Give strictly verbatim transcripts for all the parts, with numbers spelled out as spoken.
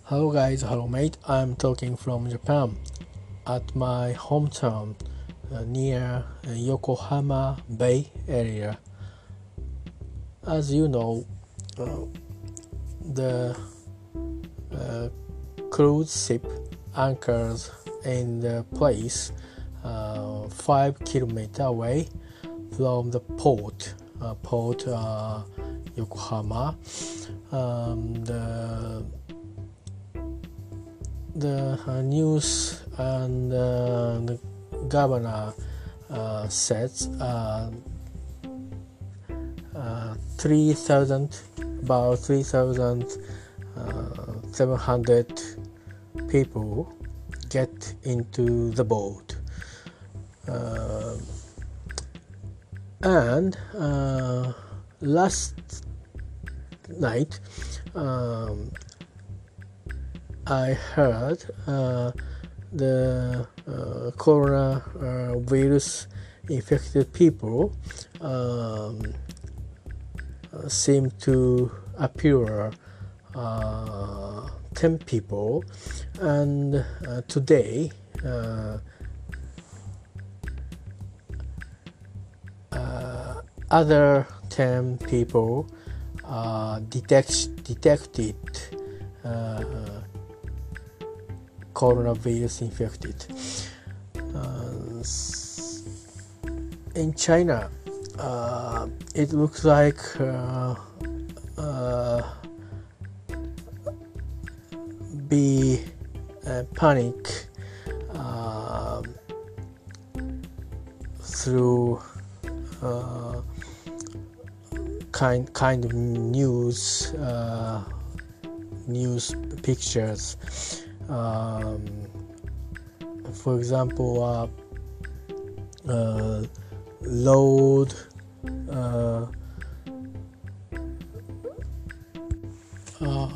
Hello guys, hello mate. I'm talking from Japan at my hometown uh, near uh, Yokohama Bay area. As you know, uh, the uh, cruise ship anchors in the place uh, five kilometers away from the port, uh, port uh, Yokohama. Um, the the uh, news and uh, the governor uh, says uh, uh, three thousand about three thousand seven hundred people get into the boat, uh, and uh, last night um, I heard uh, the uh, coronavirus infected people um, seem to appear uh, ten people, and uh, today uh, uh, other ten people uh, detect, detected uh, coronavirus infected. Uh, in China, uh, it looks like uh, uh, be a panic uh, through uh, kind kind of news uh, news pictures. Um, for example, uh, uh, load uh, uh,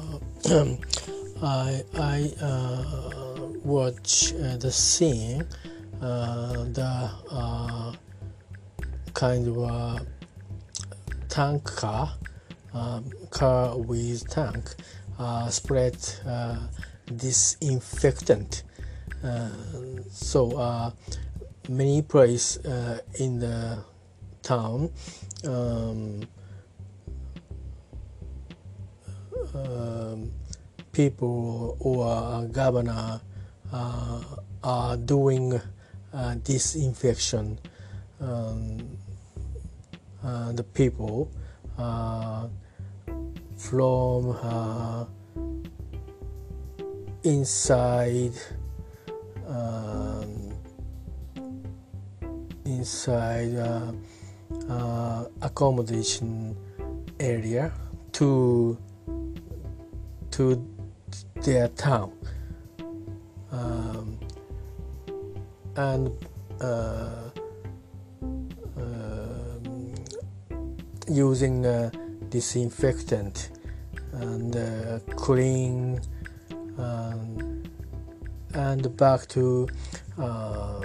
I I uh, watch uh, the scene, uh, the uh, kind of uh, tank car, uh, car with tank, uh, spread uh, disinfectant. Uh, so uh, many places uh, in the town um, um, people or governor uh, are doing uh, disinfection. Um, uh, the people uh, from uh, inside um, inside uh, uh, accommodation area to to their town, um, and uh, uh, using uh, disinfectant and uh, clean um, and back to uh,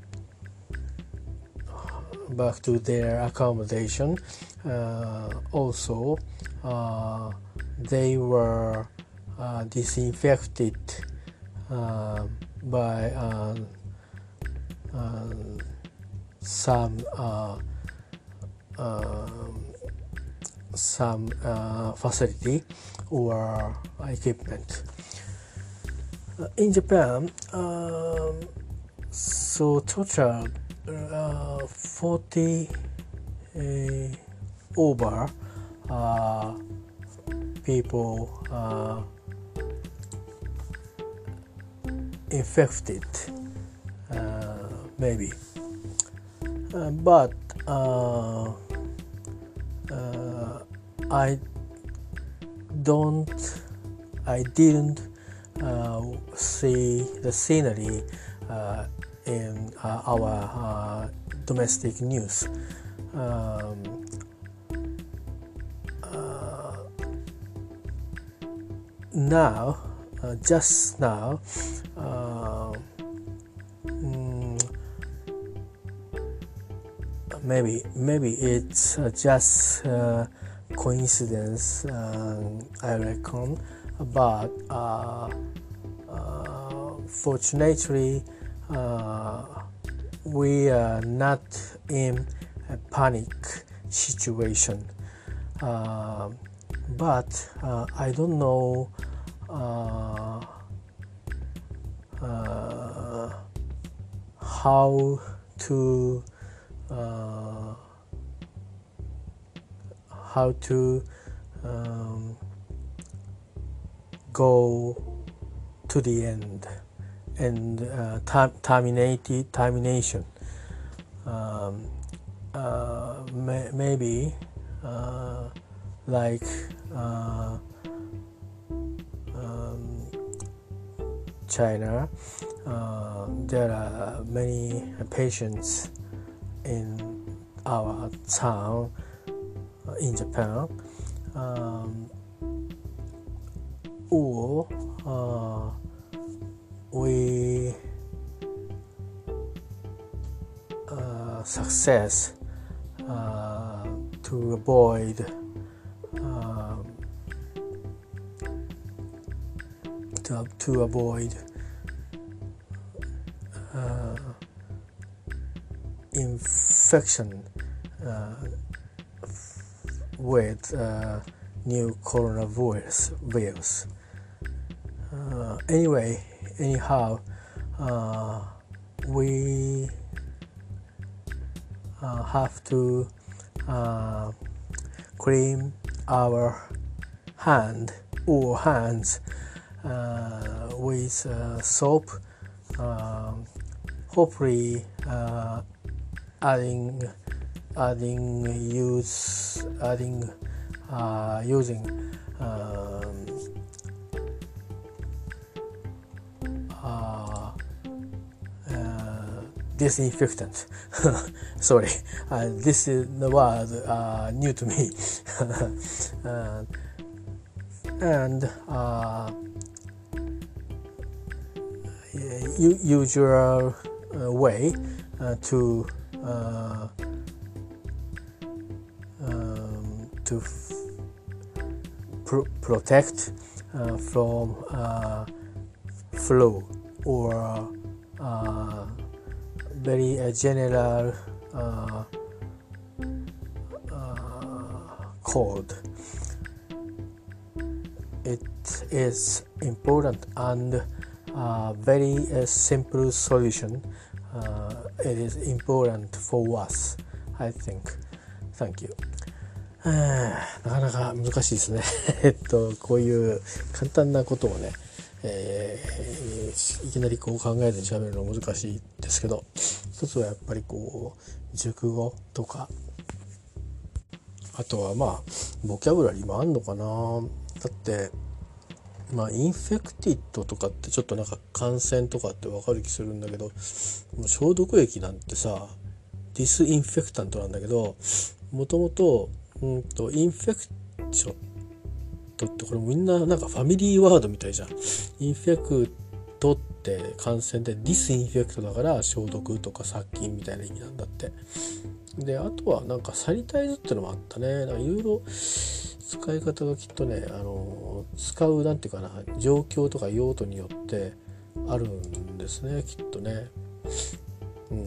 back to their accommodation. Uh, also, uh, they were uh, disinfected uh, by uh, uh, some uh, uh, some uh, facility or equipment. Uh, in Japan, um, so total uh, forty uh, over uh, people uh, infected, uh, maybe, uh, but uh, uh, I don't, I didn't uh, see the scenery uh, in uh, our uh, domestic news. Um, uh, now, uh, just now, uh, mm, maybe maybe it's uh, just uh, coincidence, uh, I reckon, but uh, uh, fortunately uh, we are not in a panic situation, uh, but uh, I don't know uh, uh, how to uh, how to um, go to the end and uh, ter- terminate termination. Um, uh, may- maybe uh, like uh, um, China, uh, there are many patients in our town uh, in Japan, um, or uh, we uh, success uh, to avoid uh, to, to avoid uh, infection uh, with uh, new coronavirus virus. Uh, anyway, anyhow, uh, we uh, have to uh, clean our hand or hands uh, with uh, soap, uh, hopefully uh, adding adding use adding uh, using um, uh, uh, disinfectant. Sorry, uh, this is the word uh, new to me. uh, and uh, usual uh, way uh, to uh, um, to f- pro- protect uh, from uh, flu or uh, very uh, general uh, uh, cold. It is important and uh, very uh, simple solution. Uh, it is important for us, I think. Thank you. なかなか難しいですね。えっとこういう簡単なことをね、えー、いきなりこう考えずに喋るの難しいですけど、一つはやっぱりこう熟語とか、あとはまあボキャブラリーもあんのかな。だってまあインフェクティッドとかってちょっとなんか感染とかってわかる気するんだけど、もう消毒液なんてさディスインフェクタントなんだけど、もともとうんとインフェクショントってこれみんななんかファミリーワードみたいじゃん。インフェクトって感染でディスインフェクトだから消毒とか殺菌みたいな意味なんだって。であとはなんかサニタイズってのもあったね。なんかいろいろ使い方がきっとね、あの使うなんていうかな状況とか用途によってあるんですね、きっとね。うん、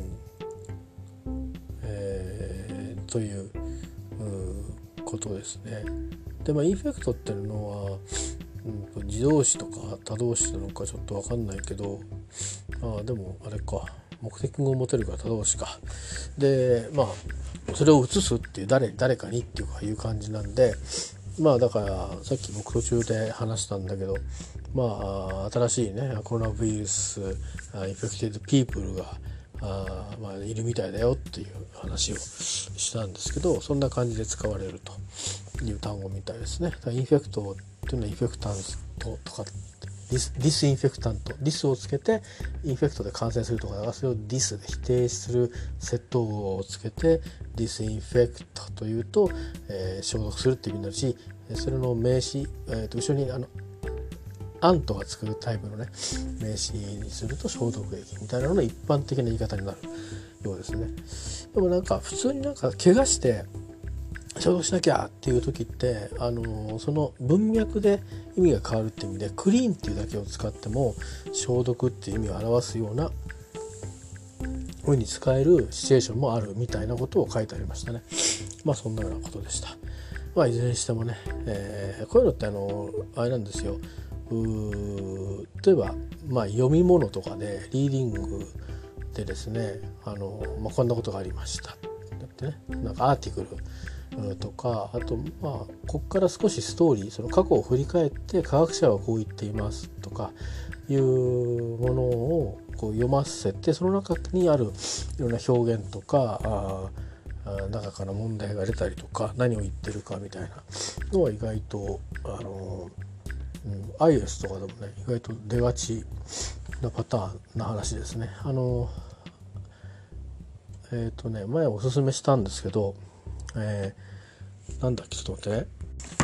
えー、ということですね。でまあインフェクトっていうのは、うん、自動詞とか他動詞なのかちょっと分かんないけど、あでもあれか目的語を持てるから他動詞か。でまあそれを移すっていう誰誰かにっていうかいう感じなんで、まあだからさっき僕途中で話したんだけど、まあ新しいねコロナウイルスインフェクティブピープルがあまあいるみたいだよっていう話をしたんですけど、そんな感じで使われるという単語みたいですね。だからインフェクトっていうのはインフェクタントとかディス、ディスインフェクタントディスをつけてインフェクトで感染するとか、だからそれをディスで否定するセットをつけてディスインフェクトというと、えー、消毒するっていう意味になるし、それの名詞、えー、と後ろにあのアントが作るタイプのね名詞にすると消毒液みたいなのの一般的な言い方になるようですね。でもなんか普通になんか怪我して消毒しなきゃっていう時って、あのその文脈で意味が変わるっていう意味でクリーンっていうだけを使っても消毒っていう意味を表すような風に使えるシチュエーションもあるみたいなことを書いてありましたね。まあそんなようなことでした。まあいずれにしてもね、えー、こういうのってあのあれなんですよ。う例えば、まあ、読み物とかでリーディングでですね、あの、まあ、こんなことがありましたってね、なんかアーティクルとか、あとまあここから少しストーリー、その過去を振り返って科学者はこう言っていますとかいうものをこう読ませて、その中にあるいろんな表現とかあ中から問題が出たりとか何を言ってるかみたいなのは意外とあの、うん、アイエス とかでもね意外と出がちなパターンな話ですね。あのえっ、ー、とね前おすすめしたんですけど、えー、なんだっけちょっと待ってね。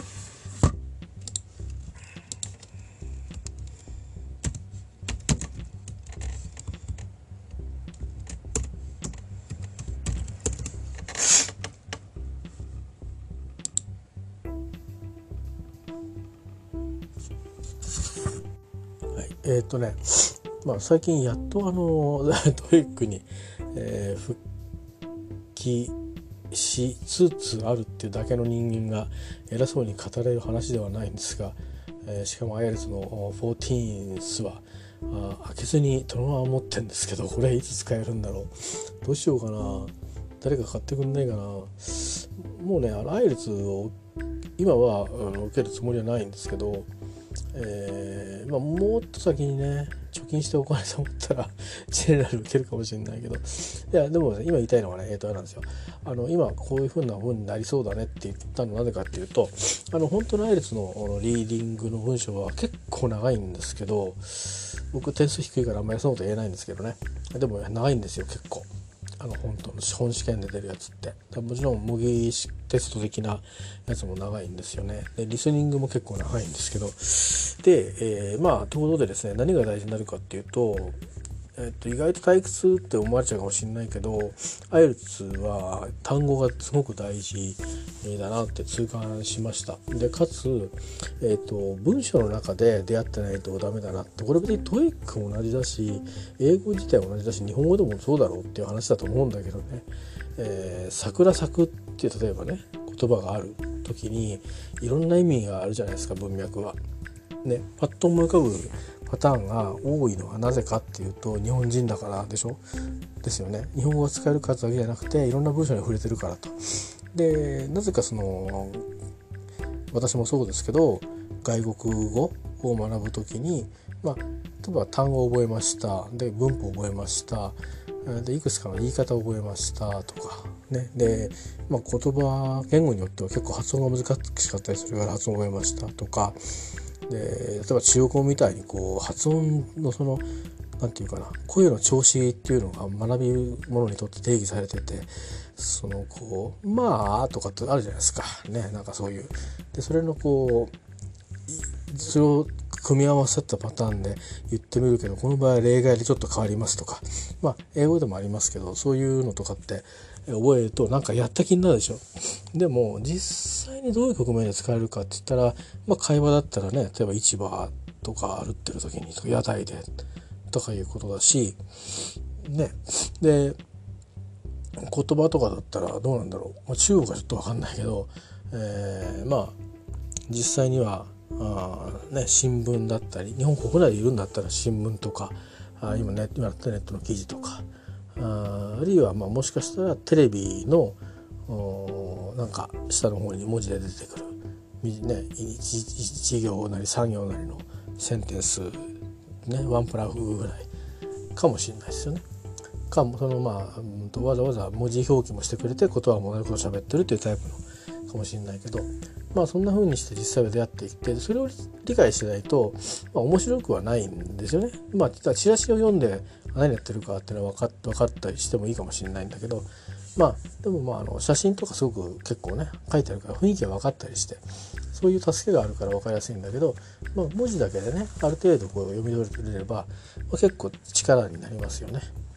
えっ、ー、とね、まあ、最近やっとあのトイックに、えー、復帰しつつあるっていうだけの人間が偉そうに語れる話ではないんですが、えー、しかも アイエルツ のじゅうよんはあ開けずにそのまま持ってるんですけど、これいつ使えるんだろう、どうしようかな、誰か買ってくんないかな。もうね アイエルツ を今はあの受けるつもりはないんですけど、えーまあ、もっと先にね貯金してお金と思ったらジェネラル受けるかもしれないけど、いやでも、ね、今言いたいのはね、えー、とあれなんですよ。あの今こういう風な風になりそうだねって言ったのはなぜかっていうと、あの本当のアイエルツ の, のリーディングの文章は結構長いんですけど、僕点数低いからあんまりそのこと言えないんですけどね、でも長いんですよ結構。あの本当の本試験で出るやつってもちろん模擬テスト的なやつも長いんですよね。でリスニングも結構長いんですけど、で、えー、まあということでですね、何が大事になるかっていうと、えっと、意外と退屈って思われちゃうかもしれないけど アイエルツ は単語がすごく大事だなって痛感しました。でかつ、えっと、文章の中で出会ってないとダメだなって、これ別に トイック も同じだし英語自体も同じだし日本語でもそうだろうっていう話だと思うんだけどね、えー、桜咲くっていう例えばね言葉がある時にいろんな意味があるじゃないですか、文脈は。ね、パッと思い浮かぶパターンが多いのはなぜかっていうと日本人だからでしょですよね。日本語が使える数だけじゃなくていろんな文章に触れてるからと。でなぜかその私もそうですけど外国語を学ぶときに、まあ、例えば単語を覚えました、で文法を覚えました、でいくつかの言い方を覚えましたとかね、で、まあ、言葉言語によっては結構発音が難しかったりするから発音を覚えましたとかで、例えば中国語みたいにこう発音のそのなんていうかな、声の調子っていうのが学び物にとって定義されてて、そのこうまあとかってあるじゃないですかね、なんかそういうでそれのこうそれを組み合わさったパターンで言ってみるけど、この場合は例外でちょっと変わりますとか、まあ英語でもありますけど、そういうのとかって覚えるとなんかやった気になるでしょ。でも実際にどういう局面で使えるかって言ったら、まあ会話だったらね、例えば市場とか歩ってる時にとか屋台でとかいうことだしね。で言葉とかだったらどうなんだろう、まあ、中国はちょっと分かんないけど、えー、まあ実際にはあ、ね、新聞だったり日本国内でいるんだったら新聞とかあ今ね今ネットの記事とか あ, あるいはまあもしかしたらテレビのなんか下の方に文字で出てくる、ね、いち行なりさん行なりのセンテンス、ね、ワンパラフぐらいかもしれないですよね。かもそのまあわざわざ文字表記もしてくれて言葉も同じこと喋ってるというタイプのかもしれないけど、まあそんな風にして実際は出会っていってそれを理解しないと、まあ、面白くはないんですよね。まあ実はチラシを読んで何やってるかっていうのは分かっ、分かったりしてもいいかもしれないんだけど、まあでもまああの写真とかすごく結構ね書いてあるから雰囲気が分かったりしてそういう助けがあるから分かりやすいんだけど、まあ、文字だけでねある程度こう読み取れれば、まあ、結構力になりますよね。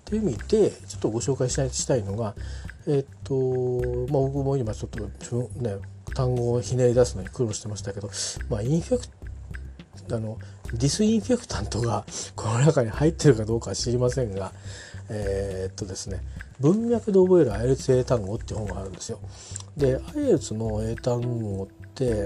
っていう意味でちょっとご紹介したいしたいのが、えっとまあ、僕も今ちょっとね単語をひねり出すのに苦労してましたけど、まあ、インフェクあのディスインフェクタントがこの中に入ってるかどうかは知りませんが、えー、っとですね文脈で覚える アイエルツ 英単語っていう本があるんですよ。で アイエルツ の英単語って、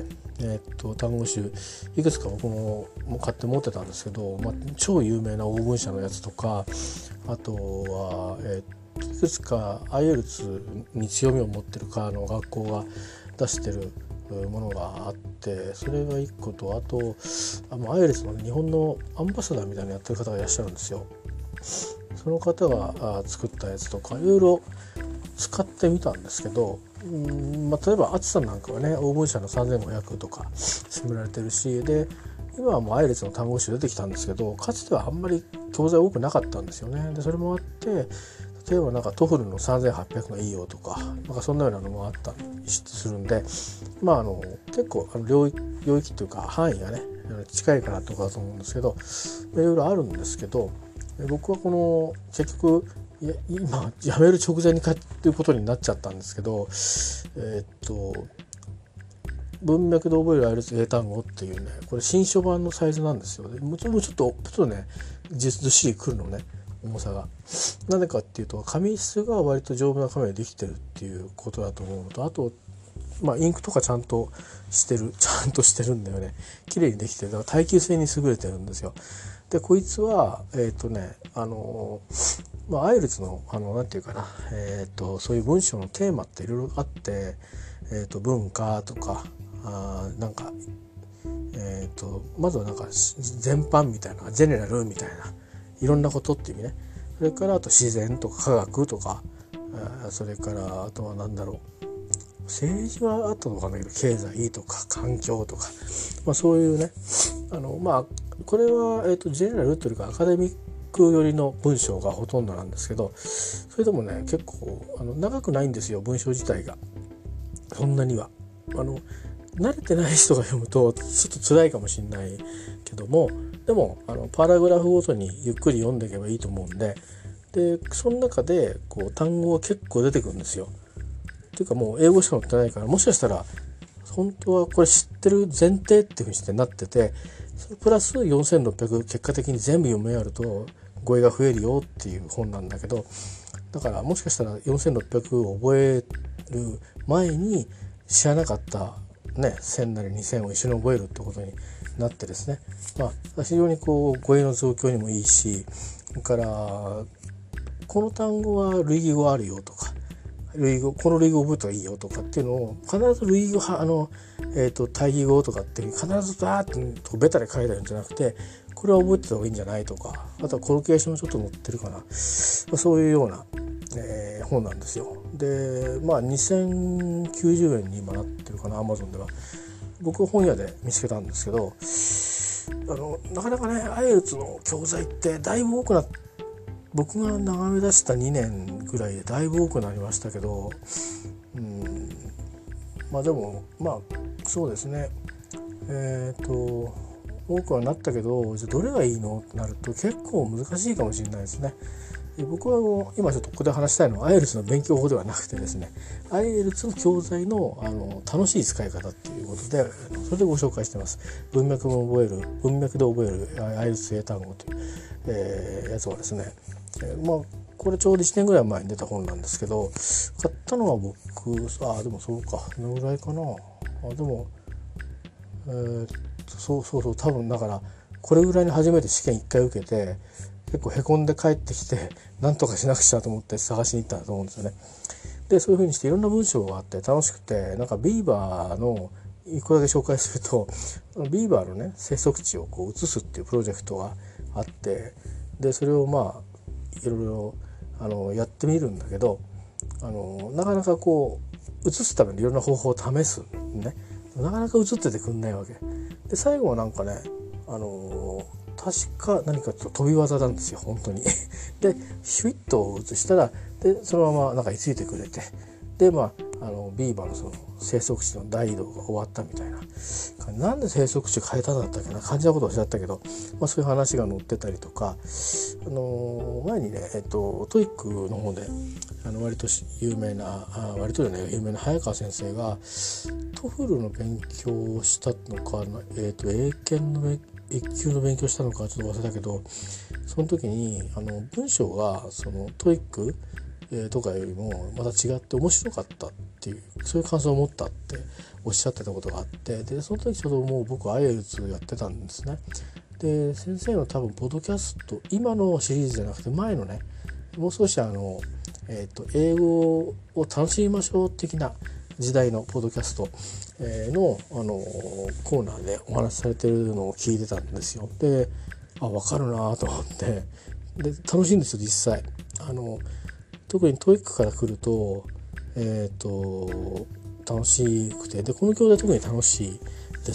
えー、っと単語集いくつか僕も買って持ってたんですけど、まあ、超有名な大文社のやつとか、あとは、えー、いくつか アイエルツ に強みを持ってる科の学校が出してるものがあって、それがいっこと、あとあの アイエルツ の、ね、日本のアンバサダーみたいなやってる方がいらっしゃるんですよ。その方が作ったやつとかいろいろ使ってみたんですけど、うんまあ、例えばアツさんなんかはね大文社のさんぜんごひゃくとか進められてるし、で今はもう アイエルツ の単語集出てきたんですけど、かつてはあんまり教材多くなかったんですよね。でそれもあって例えばなんかトフルのさんぜんはっぴゃくのいいよとかなんかそんなようなのもあったりするんで、まああの結構あの領域領域っていうか範囲がね近いかなとかだと思うんですけど、いろいろあるんですけど、僕はこの結局いや今辞める直前に買っていうことになっちゃったんですけど、えー、っと文脈で覚える アイエルツ 英単語っていうね、これ新書版のサイズなんですよ。もちろんちょっとちょっとね実ずっしりくるのね、重さが。なぜかっていうと紙質が割と丈夫な紙でできてるっていうことだと思うのと、あとまあインクとかちゃんとしてるちゃんとしてるんだよね。綺麗にできてる。だから耐久性に優れてるんですよ。でこいつはえっ、ー、とねあのまあ アイエルツ のあのなんていうかな、えっ、ー、とそういう文章のテーマっていろいろあって、えっ、ー、と文化とかあなんかえっ、とまずはなんか全般みたいなジェネラルみたいないろんなことっていう意味ね。それからあと自然とか科学とか、それからあとは何だろう政治はあったのかなけど経済とか環境とか、まあ、そういうねあのまあこれは、えーと、ジェネラルというかアカデミック寄りの文章がほとんどなんですけど、それでもね結構あの長くないんですよ文章自体が。そんなにはあの慣れてない人が読むとちょっと辛いかもしれないけども、でもあのパラグラフごとにゆっくり読んでいけばいいと思うんで、でその中でこう単語が結構出てくるんですよ。っていうかもう英語しか載ってないから、もしかしたら本当はこれ知ってる前提っていうふうにしてなってて、それプラスよんせんろっぴゃく結果的に全部読み終わると語彙が増えるよっていう本なんだけど、だからもしかしたらよんせんろっぴゃくを覚える前に知らなかったねせんなりにせんを一緒に覚えるってことになってですね、まあ非常にこう語彙の増強にもいいし、それからこの単語は類義語あるよとか、類語この類語覚えたらいいよとかっていうのを必ず類語あの、えー、と対義語とかって必ずバーッとベタで書いてあるんじゃなくて、これは覚えてた方がいいんじゃないとか、あとはコロケーションちょっと載ってるかな、そういうような、えー、本なんですよ。でまあにせんきゅうじゅうえんに今なってるかな、アマゾンでは。僕本屋で見つけたんですけど、あのなかなかね アイエルツ の教材ってだいぶ多くなって、僕が眺め出したにねんぐらいでだいぶ多くなりましたけど、うんまあでもまあそうですね、えっと多くはなったけど、じゃあどれがいいのってなると結構難しいかもしれないですね。で僕はもう今ちょっとここで話したいのは アイエルツ の勉強法ではなくてですね、 アイエルツ の教材 の, あの楽しい使い方っていうことでそれでご紹介してます。文脈も覚える文脈で覚える アイエルツ 英単語という、えー、やつはですね、えー、まあこれちょうどいちねんぐらい前に出た本なんですけど、買ったのは僕あでもそうかどのぐらいかなあでもえー、そうそうそう多分だからこれぐらいに初めて試験いっかい受けて結構へこんで帰ってきてなんとかしなくちゃと思って探しに行ったと思うんですよね。でそういう風にしていろんな文章があって楽しくて、なんかビーバーのいっこだけ紹介するとビーバーのね生息地をこう移すっていうプロジェクトがあって、でそれをまあいろいろあのやってみるんだけど、あのなかなかこう移すためにいろんな方法を試すね、なかなか移っててくんないわけで、最後はなんかねあの確か何かと飛び技なんですよ本当にでヒュイッと移したらでそのままなんか居ついてくれて、でまあのビーバーのその生息地の大移動が終わったみたいな、なんで生息地変えたんだったっけな、感じなことをおっしゃったけど、まあ、そういう話が載ってたりとか、あの前にね、えっと、トイックの方であの割と有名なあ割とね有名な早川先生がトフルの勉強をしたのかな、えっと、英検の一級の勉強したのかちょっと忘れたけど、その時にあの文章がそのトイックとかよりもまた違って面白かったっていう、そういう感想を持ったっておっしゃってたことがあって、でその時ちょうどもう僕アイエルツやってたんですね。で先生の多分ポッドキャスト、今のシリーズじゃなくて前のね、もう少しあの、えーと、英語を楽しみましょう的な時代のポッドキャストの、あのコーナーでお話しされてるのを聞いてたんですよ。で、あ、分かるなと思って、で楽しいんですよ実際。あの特にトイックから来ると、えっと楽しくて、でこの教材特に楽しいです。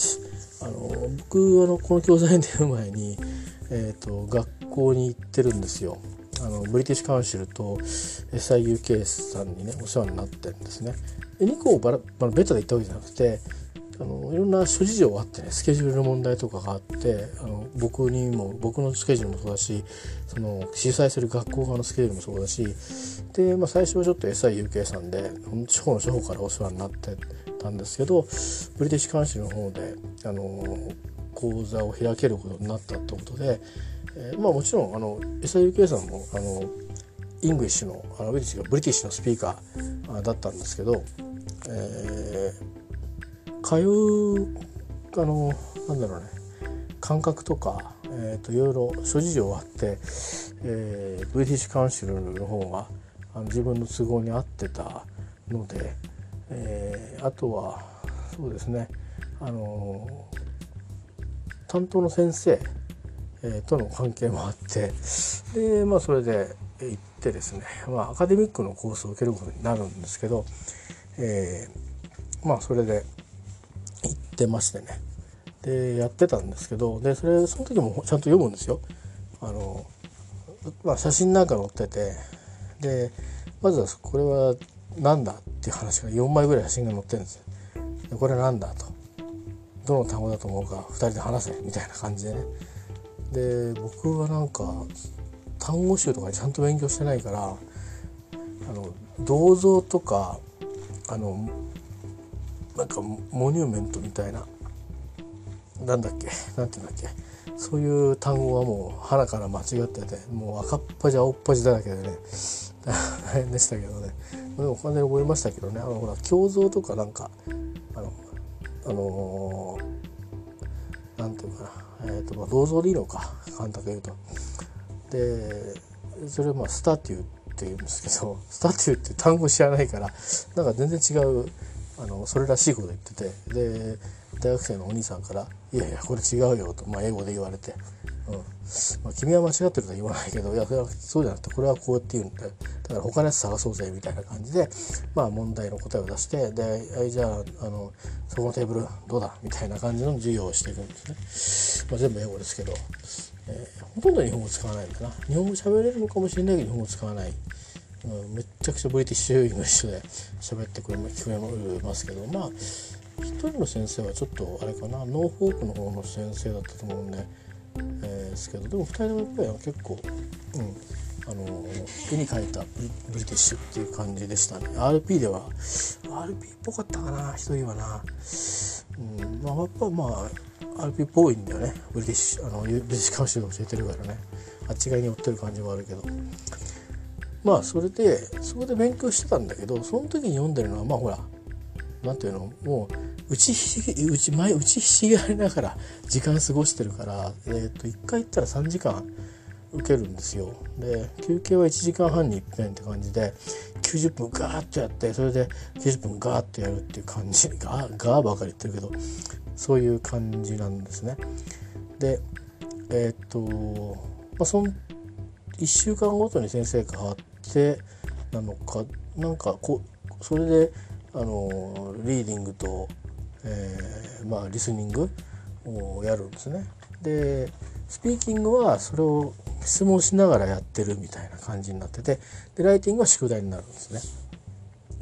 あの僕あのこの教材に出る前に、えっと学校に行ってるんですよ。あのブリティッシュカウンシルと エスアイユーケー さんにねお世話になってるんですね。でにこをバラバラベタで行ったわけじゃなくて、あのいろんな諸事情があってね、スケジュールの問題とかがあって、あの僕にも僕のスケジュールもそうだし、その主催する学校側のスケジュールもそうだし、で、まあ、最初はちょっと エスアイユーケー さんで地方の地方からお世話になってたんですけど、ブリティッシュカウンシルの方であの講座を開けることになったってことで、えー、まあもちろんあの エスアイユーケー さんもあのイングリッシュのあのブリティッシュがブリティッシュのスピーカーだったんですけど、えー通うあのなんだろうね感覚とか、えー、といろいろ諸事情があって、えー、ブリティッシュカウンシルの方があの自分の都合に合ってたので、えー、あとはそうですね、あの担当の先生、えー、との関係もあって、で、まあ、それで行ってですね、まあ、アカデミックのコースを受けることになるんですけど、えー、まあそれで行ってましてね、でやってたんですけど、でそれその時もちゃんと読むんですよ。あの、まあ、写真なんか載ってて、でまずはこれはなんだっていう話がよんまいぐらい写真が載ってるんですよ。でこれはなんだと、どの単語だと思うかふたりで話せみたいな感じでね。で僕はなんか単語集とかちゃんと勉強してないから、あの銅像とかあのなんかモニュメントみたいな、なんだっけなんていうんだっけ、そういう単語はもう鼻から間違ってて、もう赤っ端青っ端だらけでね大変でしたけどね。でもお金覚えましたけどね、あのほら胸像とかなんかあのあのー、なんていうかな、えーとまあ、銅像でいいのか簡単に言うと。でそれをまあスタテューって言うんですけど、スタテューって単語知らないからなんか全然違うあのそれらしいこと言ってて、で大学生のお兄さんから「いやいやこれ違うよ」と、まあ、英語で言われて、うんまあ、君は間違ってるとは言わないけど、いやそうじゃなくてこれはこうって言うんだよ、だから他のやつ探そうぜみたいな感じで、まあ、問題の答えを出して、でじゃあ、あのそこのテーブルどうだみたいな感じの授業をしていくんですね。まあ、全部英語ですけど、えー、ほとんど日本語使わないんだな。日本語喋れるのかもしれないけど日本語使わない。うん、めっちゃくちゃブリティッシュイングリッシュで喋ってくれますけど、まあ一人の先生はちょっとあれかな、ノーフォークの方の先生だったと思うんで、えー、ですけど、でもふたりともやっぱり結構、うん、あの絵に描いたブリティッシュっていう感じでしたね。 アールピー では アールピー っぽかったかな一人はな、うん、まあやっぱまあ アールピー っぽいんだよね。ブリティッシュあのブリティッシュカウンシルが教えてるからね、あっち側に寄ってる感じはあるけど、まあそれでそこで勉強してたんだけど、その時に読んでるのはまあほらなんていうの、もう打ちひし打ち前打ちひしがれながら時間過ごしてるから、えー、といっかい行ったらさんじかん受けるんですよ。で休憩はいちじかんはんにいっぺんって感じできゅうじゅっぷんガーッとやって、それできゅうじゅっぷんガーッとやるっていう感じ、ガーガーばかり言ってるけどそういう感じなんですね。でえっ、ー、とまあそのいっしゅうかんごとに先生が変わってなのかなんかこうそれであのリーディングと、えー、まあリスニングをやるんですね。でスピーキングはそれを質問しながらやってるみたいな感じになってて、でライティングは宿題になるんですね。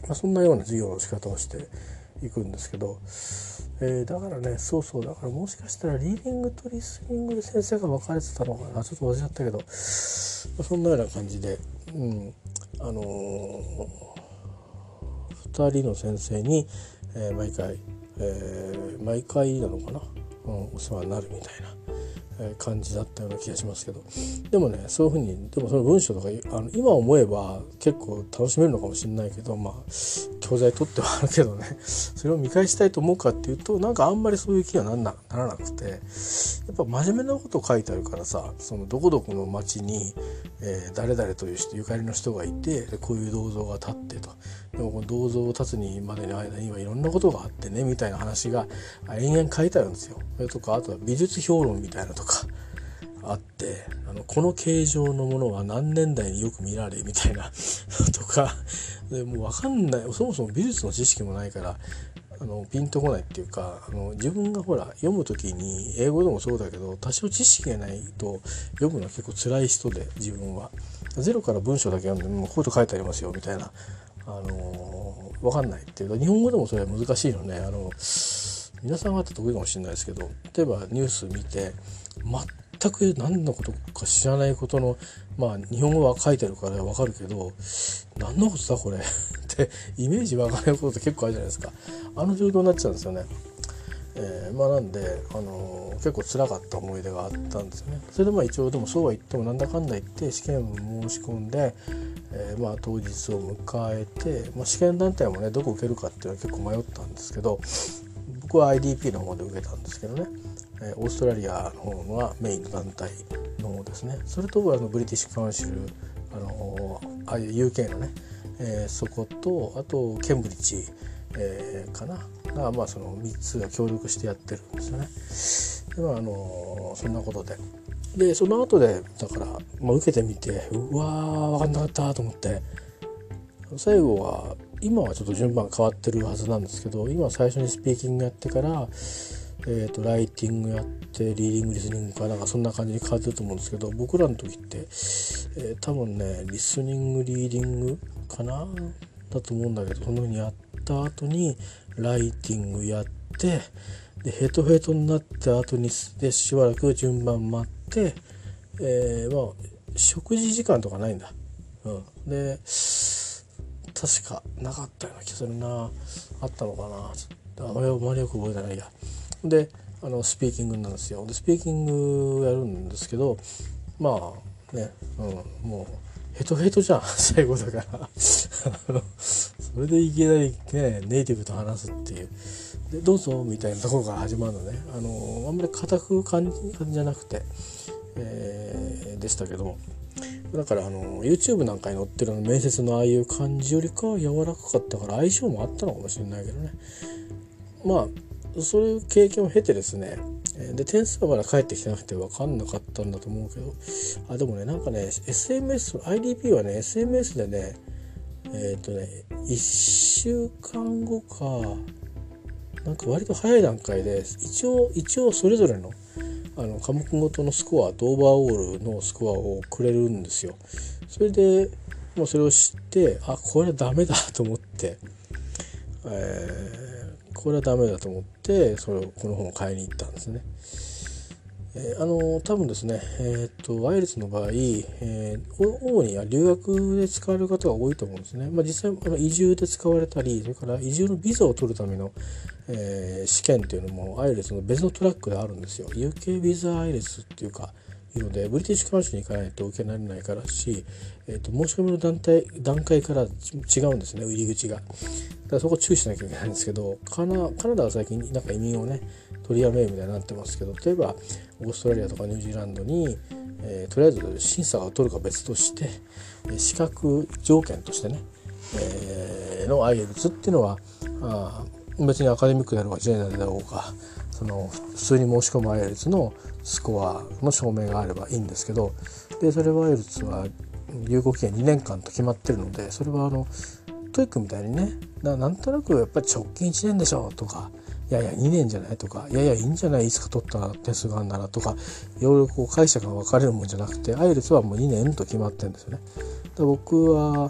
まあ、そんなような授業の仕方をしていくんですけど、えー、だからねそうそうだからもしかしたらリーディングとリスニングで先生が分かれてたのかな、ちょっと忘れちゃったけど、まあ、そんなような感じで、うん、あのー、ふたりの先生に、えー、毎回、えー、毎回なのかな、うん、お世話になるみたいな感じだったような気がしますけど、でもねそういうふうにでもその文章とかあの今思えば結構楽しめるのかもしれないけど、まあ教材取ってはあるけどねそれを見返したいと思うかっていうとなんかあんまりそういう気がなんなならなくて、やっぱ真面目なこと書いてあるからさ、そのどこどこの町に、えー、誰々という人ゆかりの人がいて、でこういう銅像が建ってと、でもこの銅像を建つにまでの間にはいろんなことがあってねみたいな話が延々書いてあるんですよ。それとかあとは美術評論みたいなとかあって、あのこの形状のものは何年代によく見られみたいなとかでもう分かんない、そもそも美術の知識もないからあのピンとこないっていうか、あの自分がほら読む時に英語でもそうだけど多少知識がないと読むのは結構辛い人で、自分はゼロから文章だけ読んでもうこういうこと書いてありますよみたいな、あのー、分かんないっていうか、日本語でもそれは難しいのね。あの皆さん方得意かもしれないですけど、例えばニュース見て全く何のことか知らないことの、まあ日本語は書いてるから分かるけど何のことだこれってイメージ分からないことって結構あるじゃないですか。あの状況になっちゃうんですよね。えー、まあなんで、あのー、結構辛かった思い出があったんですよね。それでまあ一応でもそうは言ってもなんだかんだ言って試験を申し込んで、えー、まあ当日を迎えて、まあ、試験団体もねどこ受けるかっていうのは結構迷ったんですけど、僕は アイディーピー の方で受けたんですけどね、えー、オーストラリアの方はメインの団体の方ですね。それとあのブリティッシュカウンシル、あのー、ああいう ユーケー のね、えー、そことあとケンブリッジ、えー、かなが、まあ、そのみっつが協力してやってるんですよね。で、まああのー、そんなことででその後でだから、まあ、受けてみてうわー分かんなかったと思って、最後は今はちょっと順番変わってるはずなんですけど、今最初にスピーキングやってから、えー、とライティングやってリーディングリスニングかなんかそんな感じに変わってると思うんですけど、僕らの時って、えー、多分ねリスニングリーディングかなだと思うんだけど、そのようにやった後にライティングやってでヘトヘトになった後にでしばらく順番待って、えー、まあ食事時間とかないんだ、うん、で確かなかったような気がするな、あったのかな、ちょっとあまりあまりよく覚えてないや。であのスピーキングなんですよ。でスピーキングやるんですけど、まあね、うん、もうヘトヘトじゃん最後だからそれでいきなりねネイティブと話すっていうでどうぞみたいなところから始まるのね。あのあんまり硬く感じ感じじゃなくて、えー、でしたけども、だからあの YouTube なんかに載ってるの面接のああいう感じよりかは柔らかかったから相性もあったのかもしれないけどね。まあそういう経験を経てですね、で点数はまだ返ってきてなくて分かんなかったんだと思うけど、あでもねなんかね エスエムエス アイディーピー はね エスエムエス でねえっとねいっしゅうかんごかなんか割と早い段階で一応一応それぞれのあの科目ごとのスコアとオーバーオールのスコアをくれるんですよ。それでもうそれを知ってあこれはダメだと思って、えー、これはダメだと思ってそれをこの本を買いに行ったんですね。えー、あの多分ですね、えー、とアイエルツの場合、えー、主には留学で使われる方が多いと思うんですね。まあ、実際あの移住で使われたり、それから移住のビザを取るための、えー、試験っていうのもアイエルツの別のトラックであるんですよ。ユーケー ビザアイエルツっていうかいうのでブリティッシュカウンシルに行かないと受けられないからし、えー、と申し込みの団体段階から違うんですね、入り口が。だからそこ注意しなきゃいけないんですけど、カナ、カナダは最近なんか移民をね取りやめみたいになってますけど、例えばオーストラリアとかニュージーランドに、えー、とりあえず審査を取るか別として資格条件としてね、えー、の アイエルツ っていうのはあ別にアカデミックであろうがジェネラルだろうがその普通に申し込む アイエルツ のスコアの証明があればいいんですけど、でそれは アイエルツ は有効期限にねんかんと決まってるので、それはあのトイックみたいにね な, なんとなくやっぱり直近いちねんでしょとか、いやいやにねんじゃないとか、いやいやいいんじゃない、いつか取った点数があるならとか、いろいろこう解釈が分かれるもんじゃなくて アイエルツ はもうにねんと決まってるんですよね。で僕は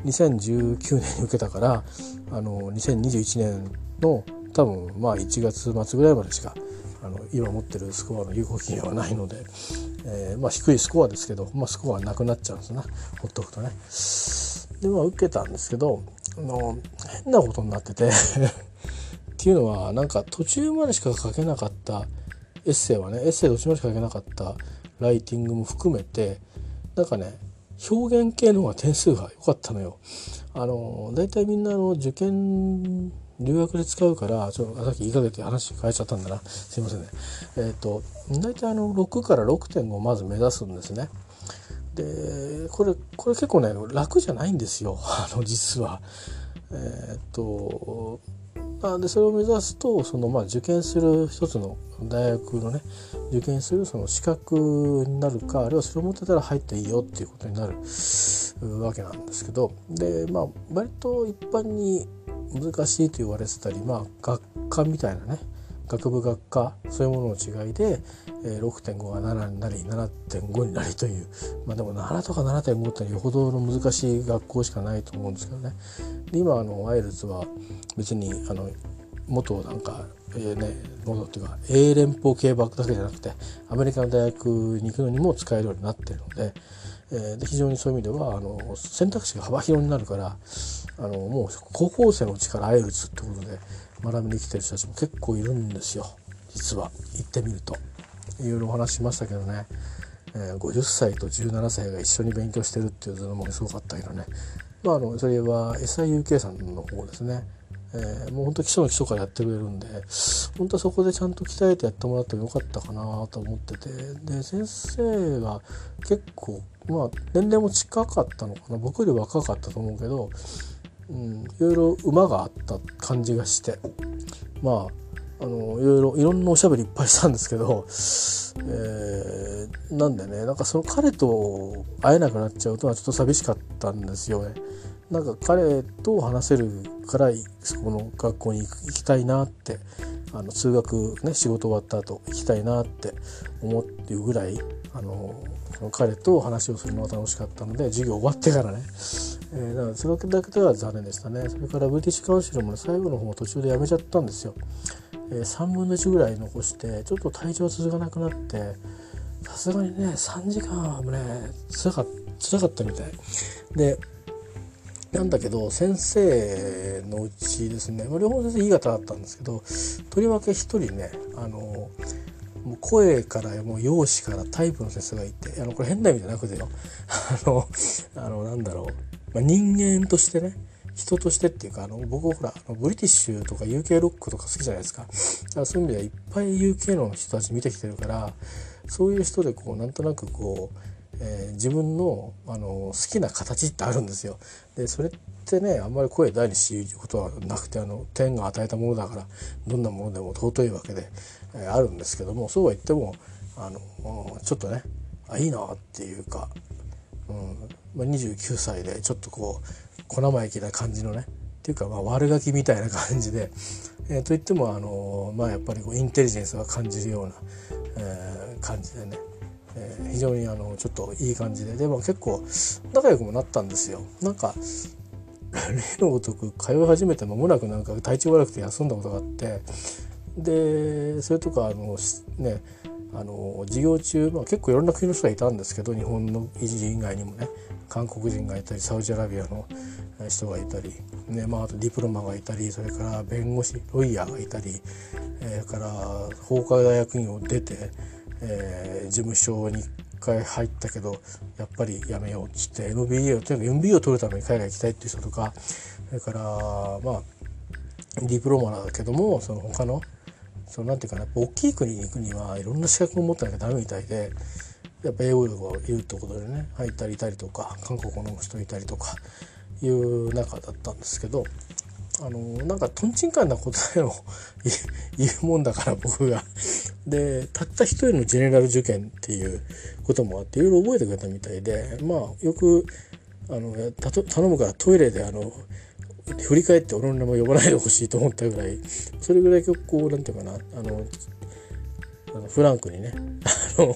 にせんじゅうきゅうねんに受けたからあのにせんにじゅういちねんの多分まあいちがつまつぐらいまでしかあの今持ってるスコアの有効期限はないので、えー、まあ低いスコアですけど、まあ、スコアなくなっちゃうんですよね、ほっとくとね。でまあ受けたんですけど、あの変なことになっててっていうのはなんか途中までしか書けなかったエッセイはねエッセイ途中までしか書けなかったライティングも含めてなんかね表現系の方が点数が良かったのよ。あのだいたいみんなの受験留学で使うからちょっとさっき言いかけて話変えちゃったんだな、すいませんね。えっとだいたいあのろくから ろくてんご まず目指すんですね。でこれこれ結構ね楽じゃないんですよあの実は。えっとでそれを目指すとそのまあ受験する一つの大学のね受験するその資格になるか、あるいはそれを持ってたら入っていいよっていうことになるわけなんですけど、でまあ割と一般に難しいと言われてたり、まあ学科みたいなね学部学科そういうものの違いで、えー、ろくてんご がななになり ななてんご になりという、まあでもななとか ななてんご ってよほどの難しい学校しかないと思うんですけどね。で今あのアイエルツは別にあの元なんか、えー、ね元っていうか英連邦系バックだけじゃなくてアメリカの大学に行くのにも使えるようになっているので、えー、で非常にそういう意味ではあの選択肢が幅広になるからあのもう高校生のうちからアイエルツってことで学びに来てる人たちも結構いるんですよ。実は行ってみるといろいろお話しましたけどね、えー、ごじゅっさいとじゅうななさいが一緒に勉強してるっていうのもすごかったけどね、まあ、あのそれは エスアイユーケー さんの方ですね。えー、もう本当基礎の基礎からやってくれるんで本当はそこでちゃんと鍛えてやってもらってもよかったかなと思ってて、で先生が結構まあ年齢も近かったのかな、僕より若かったと思うけど、うん、いろいろ馬があった感じがして、まああのいろいろいろんなおしゃべりいっぱいしたんですけど、えー、なんでねなんかその彼と会えなくなっちゃうとはちょっと寂しかったんですよね。なんか彼と話せるからそこの学校に行きたいなってあの通学ね仕事終わった後行きたいなって思ってるぐらいあの彼と話をするのが楽しかったので授業終わってからね、えー、だからそれだけでは残念でしたね。それからブリティッシュカウンシルも、ね、最後の方途中でやめちゃったんですよ。えー、さんぶんのいちぐらい残してちょっと体調続かなくなってさすがにねさんじかんはねつらかったみたいでなんだけど先生のうちですね両方先生いい方だったんですけどとりわけ一人ねあのもう声からもう容姿からタイプの先生がいて、あのこれ変な意味じゃなくてよあのあのなんだろう、まあ、人間としてね人としてっていうかあの僕ほらあのブリティッシュとか ユーケー ロックとか好きじゃないですか。だからそういう意味ではいっぱい ユーケー の人たち見てきてるからそういう人でこうなんとなくこうえー、自分の、あの好きな形ってあるんですよ。でそれってねあんまり声大にし言うことはなくてあの天が与えたものだからどんなものでも尊いわけで、えー、あるんですけどもそうは言ってもあのちょっとねあいいなっていうか、うんまあ、にじゅうきゅうさいでちょっとこう小生意気な感じのねっていうか、まあ、悪ガキみたいな感じで、えー、といってもあの、まあ、やっぱりこうインテリジェンスが感じるような、えー、感じでねえー、非常にあのちょっといい感じででも結構仲良くもなったんですよ。なんか例のごとく通い始めて間もなくなんか体調悪くて休んだことがあってでそれとかあのねあの授業中、まあ、結構いろんな国の人がいたんですけど日本の人以外にもね韓国人がいたりサウジアラビアの人がいたり、ねまあ、あとディプロマがいたりそれから弁護士ロイヤーがいたり、えー、から法科大学院を出てえー、事務所にいっかい入ったけどやっぱりやめようっつって エムビーエー をとにかく エムビーエー を取るために海外行きたいっていう人とかそれからまあディプロマだけどもその他のそのなんていうかな大きい国に行くにはいろんな資格を持ってなきゃダメみたいでやっぱ英語力がいるってことでね入ったりいたりとか韓国の人いたりとかいう中だったんですけどあのなんかとんちんかんな答えを言うもんだから僕がでたった一人のジェネラル受験っていうこともあっていろいろ覚えてくれたみたいでまあよくあのたと頼むからトイレであの振り返って俺の名前呼ばないでほしいと思ったぐらいそれぐらい結構なんていうかなあのあのフランクにねあの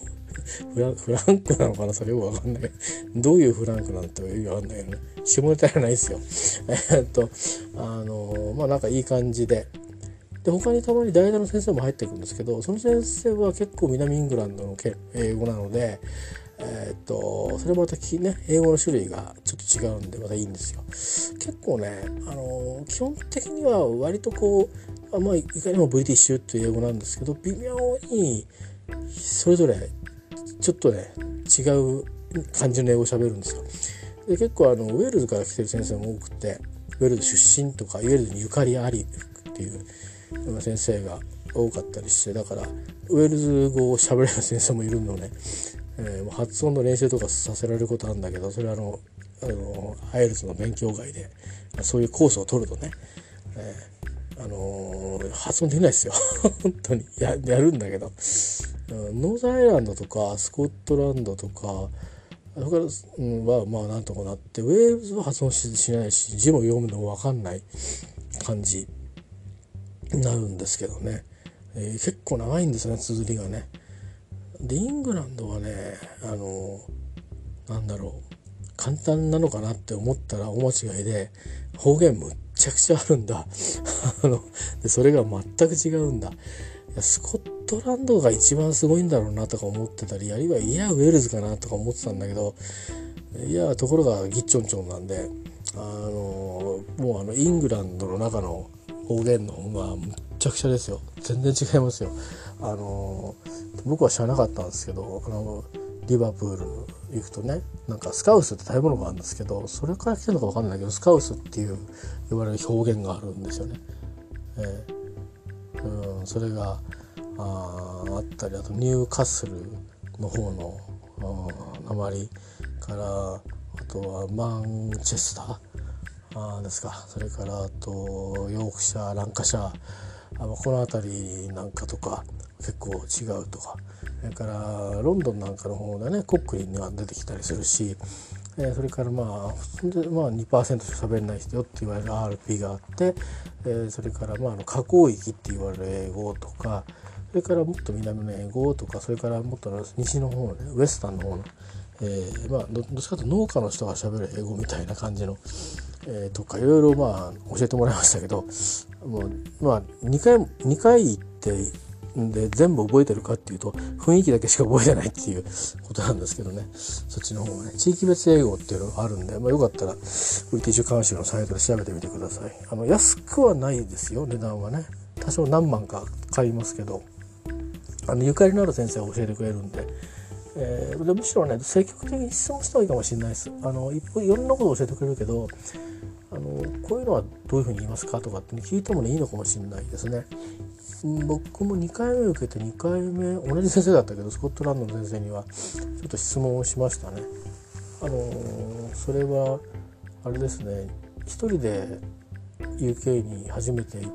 フランフランクなのかな、それよくわかんない。どういうフランクなんて意味わかんないけどね。下ネタじゃないですよ。えっとあのまあなんかいい感じで。で他にたまに代打の先生も入ってくるんですけど、その先生は結構南イングランドの英語なので、えー、っとそれまたき、ね、英語の種類がちょっと違うんでまたいいんですよ。結構ね、あの基本的には割とこう、あまあ、いかにもブリティッシュっていう英語なんですけど、微妙にそれぞれちょっとね違う感じの英語を喋るんですよ。で結構あのウェールズから来てる先生も多くて、ウェールズ出身とかウェールズにゆかりありっていう先生が多かったりして、だからウェールズ語を喋れる先生もいるのね、えー、発音の練習とかさせられることあるんだけど、それはあのあのアイエルツの勉強会でそういうコースを取るとね、えーあのー、発音できないですよ本当に や, やるんだけど、ノーザンアイランドとかスコットランドとかそれから、うん、はまあなんとかなって、ウェールズは発音 し, しないし字も読むのも分かんない感じになるんですけどね、えー、結構長いんですよね、綴りがね。でイングランドはね、あのなんだろう、簡単なのかなって思ったら大間違いで、方言むっちゃくちゃあるんだあのでそれが全く違うんだ。いやスコットランドが一番すごいんだろうなとか思ってたり、あるいはいやウェールズかなとか思ってたんだけど、いやところがギッチョンチョンなんで、あのもうあのイングランドの中の方言の方がむっちゃくちゃですよ。全然違いますよ。あの僕は知らなかったんですけど、あのリバプール行くとね、なんかスカウスって食べ物があるんですけど、それから来てるのか分かんないけど、スカウスっていう言われる表現があるんですよね。えーうん、それが あ, あったり、あとニューカッスルの方の鉛から、あとはマンチェスターあですか、それからあとヨークシャー、ランカシャー、あこの辺りなんかとか結構違うとか、それからロンドンなんかの方でねコックリンが出てきたりするし、えー、それからまあ普通でまあ にパーセント しか喋れない人よって言われる アールピー があって、えー、それからまああの河口域って言われる英語とか、それからもっと南の英語とか、それからもっと西の方のねウエスタンの方の、えー、まあ ど, どっちかというと農家の人が喋る英語みたいな感じの、えー、とかいろいろまあ教えてもらいましたけど、もうまあにかいにかい行ってで全部覚えてるかっていうと雰囲気だけしか覚えてないっていうことなんですけどね、そっちの方がね地域別英語っていうのがあるんで、まあ、よかったらブリティッシュカウンシルのサイトで調べてみてください。あの安くはないですよ、値段はね。多少何万か買いますけど、あのゆかりのある先生が教えてくれるんで、えー、でむしろね積極的に質問した方がいいかもしれないです。あのいろんなことを教えてくれるけど、あのこういうのはどういうふうに言いますかとかって、ね、聞いてもねいいのかもしれないですね。僕もにかいめ受けてにかいめ同じ先生だったけど、スコットランドの先生にはちょっと質問をしましたね。あのそれはあれですね、一人で ユーケー に初めて行って、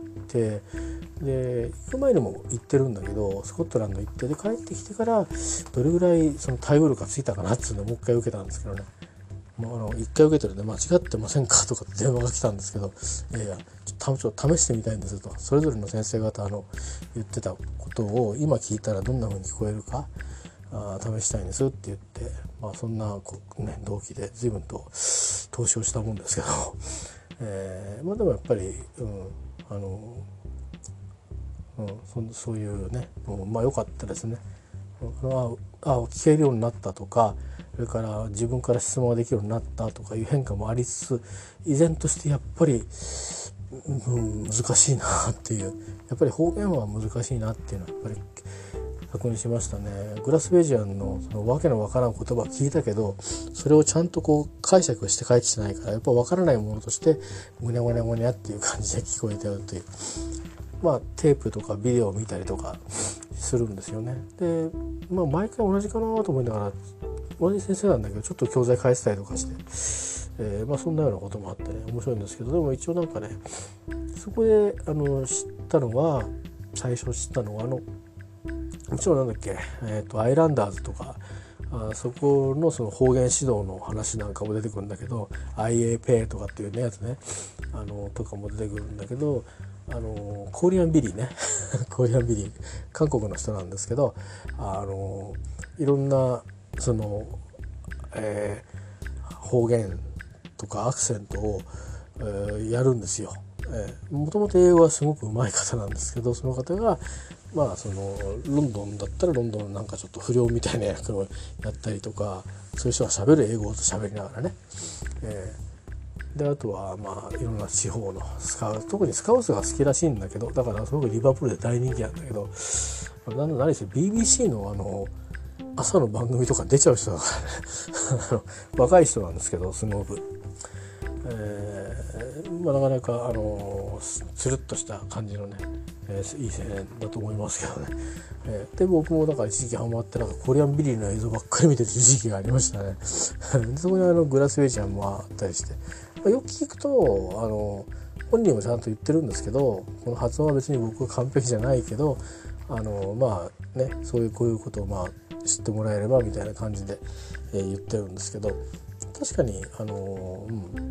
で行く前にも行ってるんだけど、スコットランド行ってで帰ってきてからどれぐらいその対応力がついたかなっつうのをもう一回受けたんですけどね、もうあのいっかい受けてるんで間違ってませんかとかって電話が来たんですけど、いやいやちょっと試してみたいんですと、それぞれの先生方の言ってたことを今聞いたらどんな風に聞こえるかあ試したいんですって言って、まあそんなこう、ね、動機で随分と投資をしたもんですけど、えー、まあでもやっぱり、うん、あの、うん、そ, そういうね、まあ良かったですね。ああ聞けるようになったとか、それから自分から質問ができるようになったとかいう変化もありつつ、依然としてやっぱり、うん、難しいなっていう、やっぱり方言は難しいなっていうのはやっぱり確認しましたね。グラスベージアンのそのわけのわからん言葉聞いたけど、それをちゃんとこう解釈して帰ってきてないから、やっぱわからないものとしてぐにゃぐにゃぐにゃっていう感じで聞こえてるという、まあテープとかビデオを見たりとかするんですよね。で、まあ毎回同じかなと思いながら、同じ先生なんだけどちょっと教材変えてたりとかして、えー、まあそんなようなこともあってね面白いんですけど、でも一応なんかね、そこであの知ったのは最初知ったのはあのもちろんなんだっけ、えーと、アイランダーズとかあそこのその方言指導の話なんかも出てくるんだけど、 アイエーピー とかっていうねやつね、あのとかも出てくるんだけど、あのコーリアンビリーねコーリアンビリー韓国の人なんですけど、あのいろんなその、えー、方言とかアクセントを、えー、やるんですよ。もともと英語はすごく上手い方なんですけど、その方がまあそのロンドンだったらロンドンのなんかちょっと不良みたいな役をやったりとか、そういう人が喋る英語と喋りながらね、えー、であとはまあいろんな地方のスカウト、特にスカウトが好きらしいんだけど、だからすごくリバプールで大人気なんだけど、何何せ ビービーシー のあの朝の番組とか出ちゃう人だからね若い人なんですけど、すごく。えーまあ、なかなか、あのー、つるっとした感じのね、えー、いい青年だと思いますけどね、えー、で僕もだから一時期ハマってなんかコリアンビリーの映像ばっかり見てる時期がありましたねでそこにあのグラスウェイちゃんもあったりして、まあ、よく聞くと、あのー、本人もちゃんと言ってるんですけど、この発音は別に僕は完璧じゃないけど、あのー、まあね、そういうこういうことをまあ知ってもらえればみたいな感じで、えー、言ってるんですけど、確かに、あの、うん、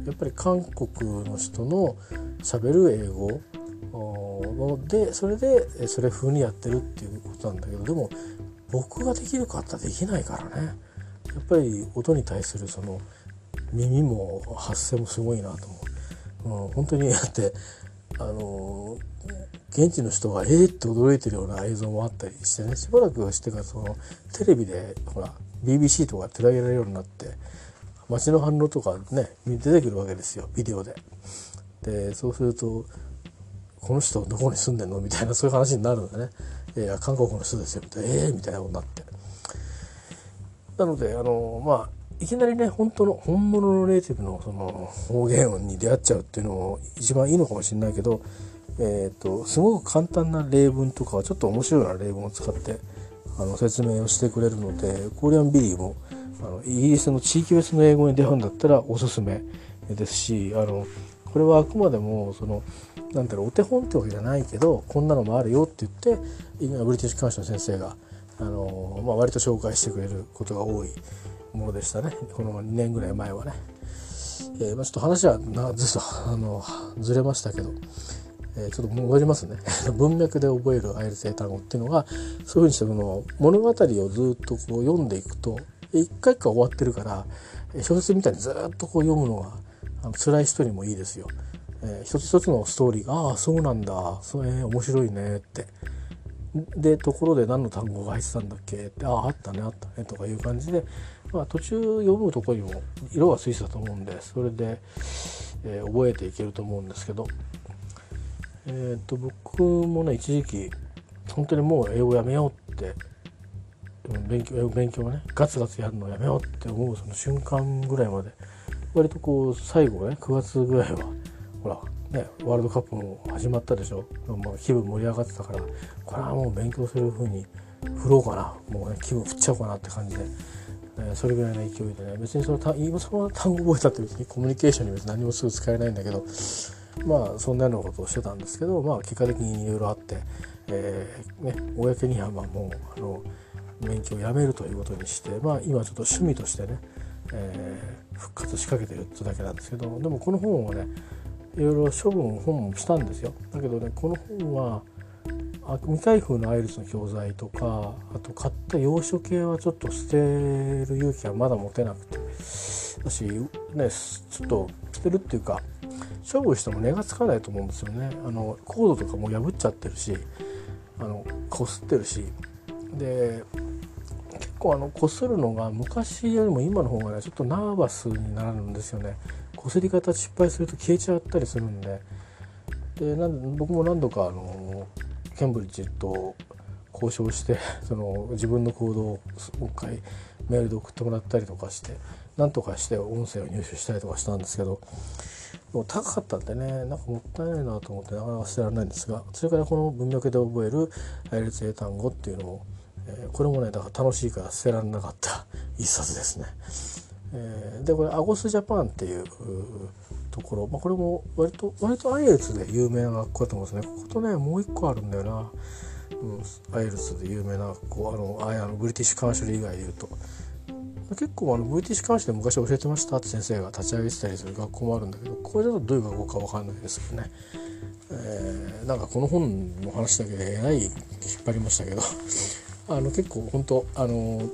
やっぱり韓国の人の喋る英語でそれでそれ風にやってるっていうことなんだけど、でも僕ができるかってできないからね。やっぱり音に対するその耳も発声もすごいなと思う、うん、本当にだってあの現地の人がえーって驚いてるような映像もあったりしてね、しばらくしてからそのテレビでほら ビービーシー とか取り上げられるようになって、街の反応とかね出てくるわけですよ、ビデオで。でそうするとこの人どこに住んでんのみたいな、そういう話になるんだね。いや韓国の人ですよみたいな、ええー、みたいなことになって、なのであのまあいきなりね本当の本物のネイティブのその方言音に出会っちゃうっていうのも一番いいのかもしれないけど、えーとすごく簡単な例文とかはちょっと面白いような例文を使ってあの説明をしてくれるので、コリアンビリーもあのイギリスの地域別の英語に出会うんだったらおすすめですし、あのこれはあくまでもそのなんだろうお手本ってわけじゃないけど、こんなのもあるよって言ってブリティッシュカンシルの先生があの、まあ、割と紹介してくれることが多いものでしたね、このにねんぐらい前はね。えーまあ、ちょっと話はなずっとあのずれましたけど、えー、ちょっと戻りますね文脈で覚えるアイエルツ英単語っていうのが、そういうふうにしてその物語をずっとこう読んでいくと一回一回終わってるから、小説みたいにずっとこう読むのがあの辛い人にもいいですよ。えー、一つ一つのストーリーがああそうなんだ、それ、えー、面白いねって、でところで何の単語が入ってたんだっけって、あああったねあったねとかいう感じで、まあ、途中読むところにも色がついてたと思うんで、それで、えー、覚えていけると思うんですけど、えー、と僕もね一時期本当にもう英語やめようって勉強勉強をねガツガツやるのやめようって思うその瞬間ぐらいまで割とこう最後ねくがつぐらいはほらねワールドカップも始まったでしょ、まあ、気分盛り上がってたから、これはもう勉強する風に振ろうかな、もうね気分振っちゃおうかなって感じで、えー、それぐらいの勢いでね、別にその今その単語覚えたって別にコミュニケーションに別に何もすぐ使えないんだけど、まあそんなようなことをしてたんですけど、まあ結果的にいろいろあって、えーね、公にはまあもうあの勉強をやめるということにして、まあ今ちょっと趣味としてね、えー、復活しかけてるってだけなんですけど、でもこの本をねいろいろ処分本もしたんですよ。だけどねこの本は未開封のアイルツの教材とか、あと買った洋書系はちょっと捨てる勇気はまだ持てなくて、私ねちょっと捨てるっていうか処分しても値がつかないと思うんですよね。あのコードとかも破っちゃってるし、あの擦ってるし、で結構あの擦るのが昔よりも今の方がねちょっとナーバスになるんですよね。擦り方失敗すると消えちゃったりするんで、でなん僕も何度かあのケンブリッジと交渉してその自分のコードをもう一回メールで送ってもらったりとかして、なんとかして音声を入手したりとかしたんですけど、もう高かったんでね、なんかもったいないなと思ってなかなか捨てられないんですが、それからこの文脈で覚えるアイエルツ英単語っていうのも、えー、これもねだから楽しいから捨てられなかった一冊ですね。えー、でこれアゴスジャパンっていうところ、まあ、これも割と割とアイエルツで有名な学校だと思うんですね。こことねもう一個あるんだよな、うん、アイエルツで有名な学校、あのあのブリティッシュカウンシル以外でいうと結構あのブリティッシュカウンシルで昔教えてましたって先生が立ち上げてたりする学校もあるんだけど、これだとどういう学校か分かんないですけどね、えー、なんかこの本の話だけでえらい引っ張りましたけどあの結構本当あの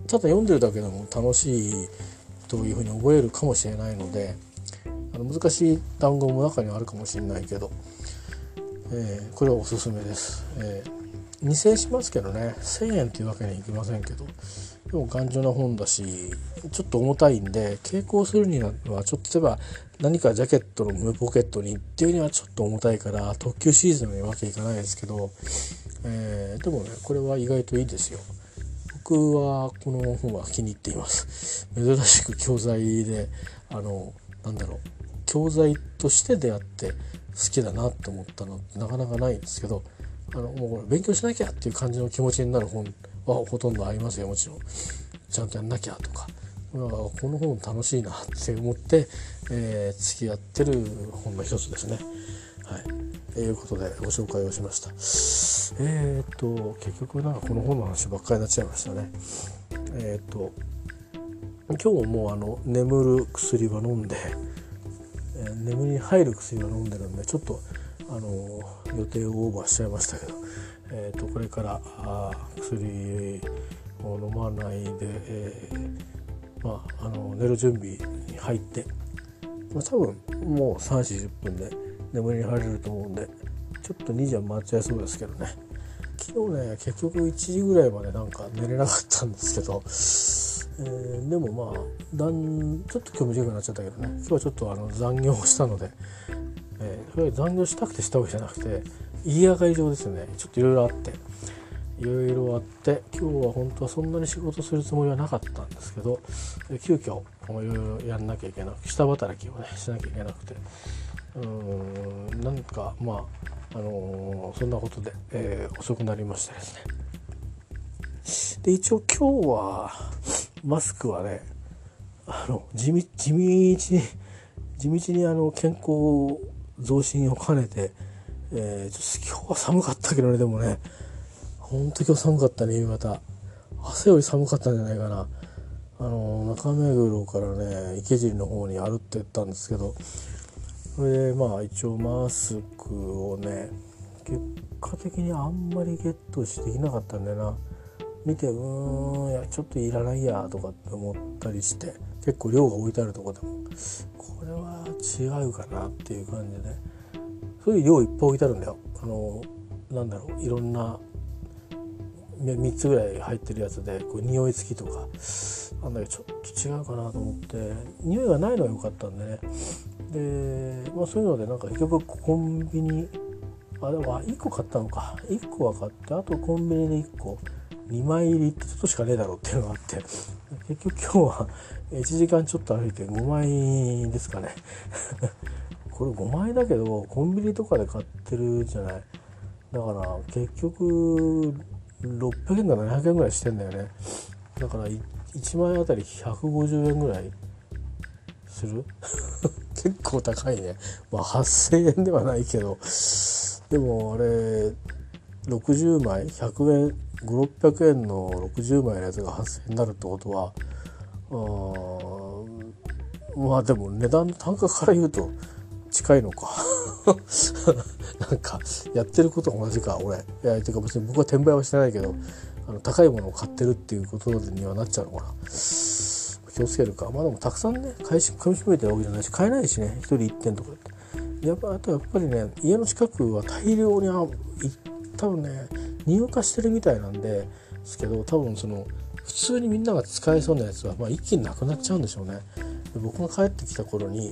ただ読んでるだけでも楽しいというふうに覚えるかもしれないので、あの難しい単語も中にはあるかもしれないけど、えー、これはおすすめです。えー、にせんえんしますけどね、せんえんというわけにはいきませんけど、でも頑丈な本だし、ちょっと重たいんで携行するにはちょっと例えば何かジャケットの胸ポケットにっていうにはちょっと重たいから特急シリーズのわけいかないですけど、えー、でもねこれは意外といいですよ。僕はこの本は気に入っています。珍しく教材であのなんだろう教材として出会って好きだなと思ったのってなかなかないんですけど、あのもう勉強しなきゃっていう感じの気持ちになる本はほとんどありますよ。もちろんちゃんとやんなきゃとか、だからこの本楽しいなって思って、えー、付き合ってる本の一つですね。はい、ということでご紹介をしました。えー、っと結局なんかこの本の話ばっかりになっちゃいましたね。えー、っと今日もあの眠る薬は飲んで、えー、眠りに入る薬は飲んでるんでちょっとあの予定をオーバーしちゃいましたけど、えー、っとこれからあ薬を飲まないで、えーまあ、あの寝る準備に入って、まあ、多分もうさんじじゅっぷんで眠りに入れると思うんで、ちょっとにじは回っちゃいそうですけどね。昨日ね結局いちじぐらいまでなんか寝れなかったんですけど、えー、でもまあだんちょっと今日短くなっちゃったけどね、今日はちょっとあの残業をしたので、えー、それ残業したくてしたわけじゃなくて言いがかり上ですね。ちょっといろいろあっていろいろあって今日は本当はそんなに仕事するつもりはなかったんですけど、急遽いろいろやんなきゃいけなく下働きをねしなきゃいけなくて、うーんなんかまああのー、そんなことで、えー、遅くなりましてですね。で一応今日はマスクはねあの地道地道に地道にあの健康増進を兼ねて、えー、ちょっと今日は寒かったけどね、でもねほんと今日寒かったね。夕方朝より寒かったんじゃないかな。あの中目黒からね池尻の方に歩ってったんですけど、それでまあ一応マスクをね結果的にあんまりゲットしてきなかったんだよな。見てうーんいやちょっといらないやとかって思ったりして、結構量が置いてあるとこでもこれは違うかなっていう感じで、そういう量いっぱい置いてあるんだよ。あのなんだろういろんなみっつぐらい入ってるやつでこう匂い付きとかなんだけどちょっと違うかなと思って匂いがないのは良かったんでね。で、まあ、そういうのでなんか結局コンビニあでもいっこ買ったのかいっこは買ってあとコンビニでいっこにまい入りってちょっとしかねえだろうっていうのがあって結局今日はいちじかんちょっと歩いてごまいですかねこれごまいだけどコンビニとかで買ってるじゃない。だから結局ろっぴゃくえんかななひゃくえんぐらいしてんだよね。だからいちまいあたりひゃくごじゅうえんぐらいする結構高いね。まあはっせんえんではないけどでもあれろくじゅうまいひゃくえんごひゃくろっぴゃくえんのろくじゅうまいのやつがはっせんえんになるってことはあまあでも値段の単価から言うと近いのかなんかやってることが同じか俺。いやてか別に僕は転売はしてないけどあの高いものを買ってるっていうことにはなっちゃうのかな。気をつけるか。まあでもたくさんね買い噛みしめてるわけじゃないし買えないしね、一人一点とかでやっぱあとやっぱりね家の近くは大量にあ多分ね入荷してるみたいなんですけど、多分その普通にみんなが使えそうなやつは、まあ、一気になくなっちゃうんでしょうね。で僕が帰ってきた頃に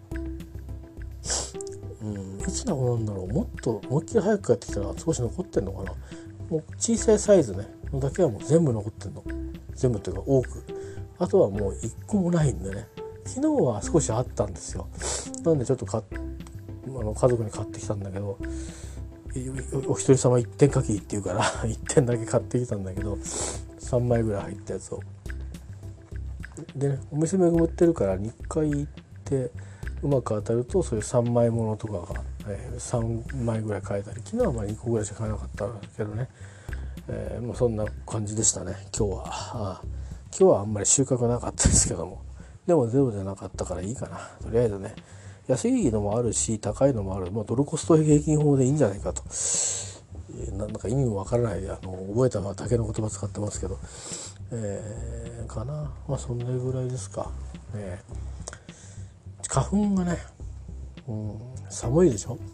うん、いつなくなるんだろう。もっと思いっきり早く帰ってきたら少し残ってんのかな。もう小さいサイズねのだけはもう全部残ってんの。全部っていうか多く。あとはもう一個もないんでね。昨日は少しあったんですよ。なんでちょっと買っあの家族に買ってきたんだけど、お一人様いってんかきっていうからいってんだけ買ってきたんだけどさんまいぐらい入ったやつをでね、お店巡ってるからにかい行ってうまく当たるとそういうさんまいものとかが、えー、さんまいぐらい買えたり、昨日はまあにこぐらいしか買えなかったんだけどね、えー、もうそんな感じでしたね今日は。ああ今日はあんまり収穫なかったですけども、でもゼロじゃなかったからいいかな。とりあえずね安いのもあるし高いのもある、まあ、ドルコスト平均法でいいんじゃないかといなんか意味もわからないあの覚えただけの言葉使ってますけど、えー、かな、まあそんなぐらいですか、ね、花粉がね、うん、寒いでしょ。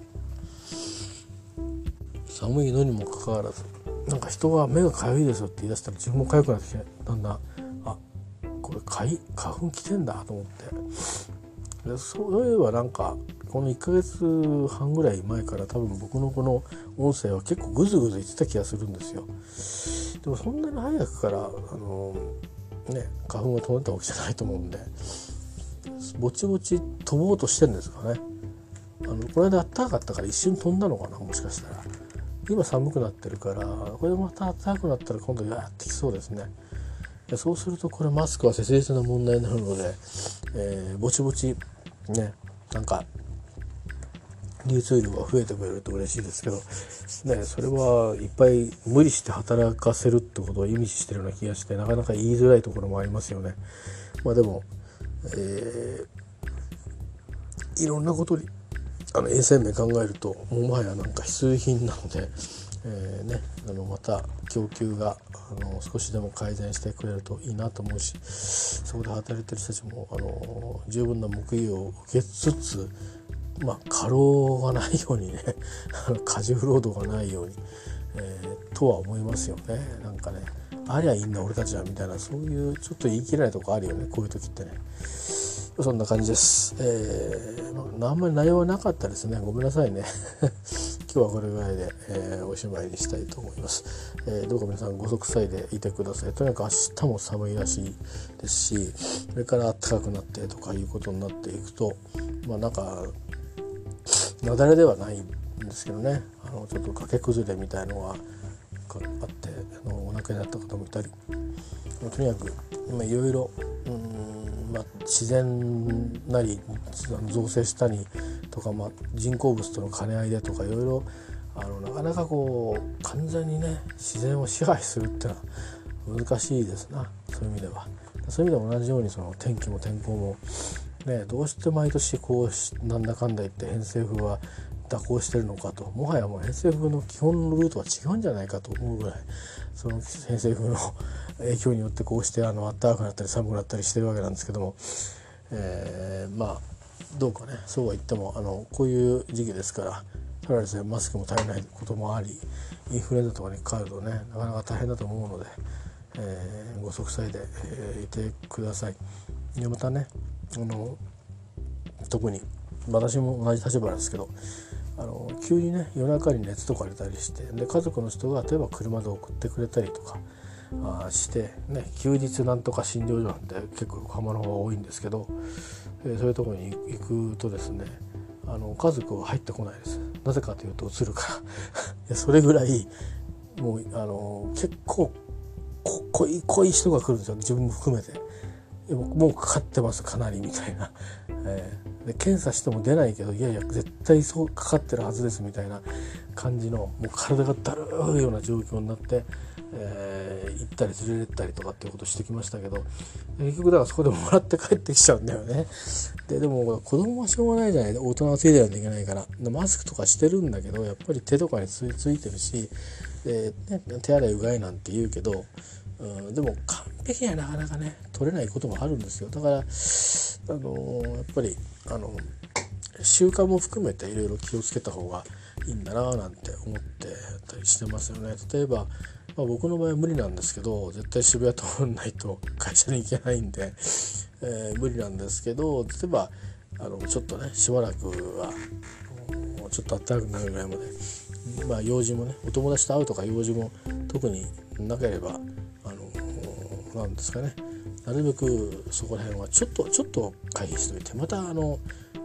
寒いのにもかかわらずなんか人が目がかゆいですよって言い出したら自分もかゆくなってきて、だんだんあこれかい花粉来てんだと思って、でそういえばなんかこのいっかげつはんぐらい前から多分僕のこの音声は結構グズグズ言ってた気がするんですよ。でもそんなに早くからあのね花粉が飛んでたわけじゃないと思うんで、ぼちぼち飛ぼうとしてるんですかね。あのこの間暖かかったから一瞬飛んだのかな、もしかしたら。今寒くなってるからこれまた暖かくなったら今度やってきそうですね。でそうするとこれマスクは切実な問題になるので、えー、ぼちぼちねなんか流通量が増えてくれると嬉しいですけど、ね、それはいっぱい無理して働かせるってことを意味してるような気がしてなかなか言いづらいところもありますよね。まあでも、えー、いろんなことにあの衛生面考えるともうもはやなんか必需品なので、えーね、あのまた供給があの少しでも改善してくれるといいなと思うし、そこで働いてる人たちもあの十分な報いを受けつつ、まあ過労がないようにね過重労働がないように、えー、とは思いますよね。なんかねありゃいいんだ俺たちはみたいな、そういうちょっと言い切れないとこあるよね、こういう時ってね。そんな感じです。えー、まあ、あんまり内容はなかったですね。ごめんなさいね。今日はこれぐらいで、えー、おしまいにしたいと思います。えー、どうか皆さんご息災でいてください。とにかく明日も寒いらしいですし、それから暖かくなってとかいうことになっていくと、まあなんか雪崩ではないんですけどね、あのちょっと崖崩れみたいのがあってあのお亡くなりになった方もいたり、とにかく今いろいろまあ、自然なり造成したりとか、まあ、人工物との兼ね合いでとかいろいろあのなかなかこう完全にね自然を支配するっていうのは難しいですな。そういう意味ではそういう意味では同じようにその天気も天候も、ね、どうして毎年こうなんだかんだ言って偏西風は蛇行してるのかと、もはやもう偏西風の基本のルートは違うんじゃないかと思うぐらい、その偏西風の影響によってこうしてあの暖かくなったり寒くなったりしてるわけなんですけども、えー、まあどうかね、そうは言ってもあのこういう時期ですからただですねマスクも足りないこともあり、インフルエンザとかにかかるとねなかなか大変だと思うので、えー、ご息災で、えー、いてください。でまたねあの特に私も同じ立場ですけど、あの急にね夜中に熱とか出たりして、で家族の人が例えば車で送ってくれたりとかあしてね、休日なんとか診療所なんて結構横浜の方が多いんですけど、えー、そういうところに行くとですねあの家族は入ってこないです。なぜかというと映るからいやそれぐらいもうあの結構こ濃い濃い人が来るんですよ、自分も含めて。もうかかってますかなりみたいな、えー、で検査しても出ないけどいやいや絶対そうかかってるはずですみたいな感じのもう体がだるいような状況になって、えー、行ったり連れてったりとかっていうことしてきましたけど、結局だからそこでもらって帰ってきちゃうんだよね。ででも子供はしょうがないじゃない、大人はついてないといけないから。でマスクとかしてるんだけどやっぱり手とかに つ, ついてるし、で、ね、手洗いうがいなんて言うけど、うん、でも完璧にはなかなかね取れないこともあるんですよ。だから、あのー、やっぱりあの習慣も含めていろいろ気をつけた方がいいんだななんて思ってたりしてますよね。例えば、まあ、僕の場合は無理なんですけど絶対渋谷通らないと会社に行けないんで、えー、無理なんですけど、例えばあのちょっとねしばらくはちょっと暖かくなるぐらいまで、まあ、用事もねお友達と会うとか用事も特になければあのなんですかね、なるべくそこら辺はちょっとちょっと回避しておいて、またあの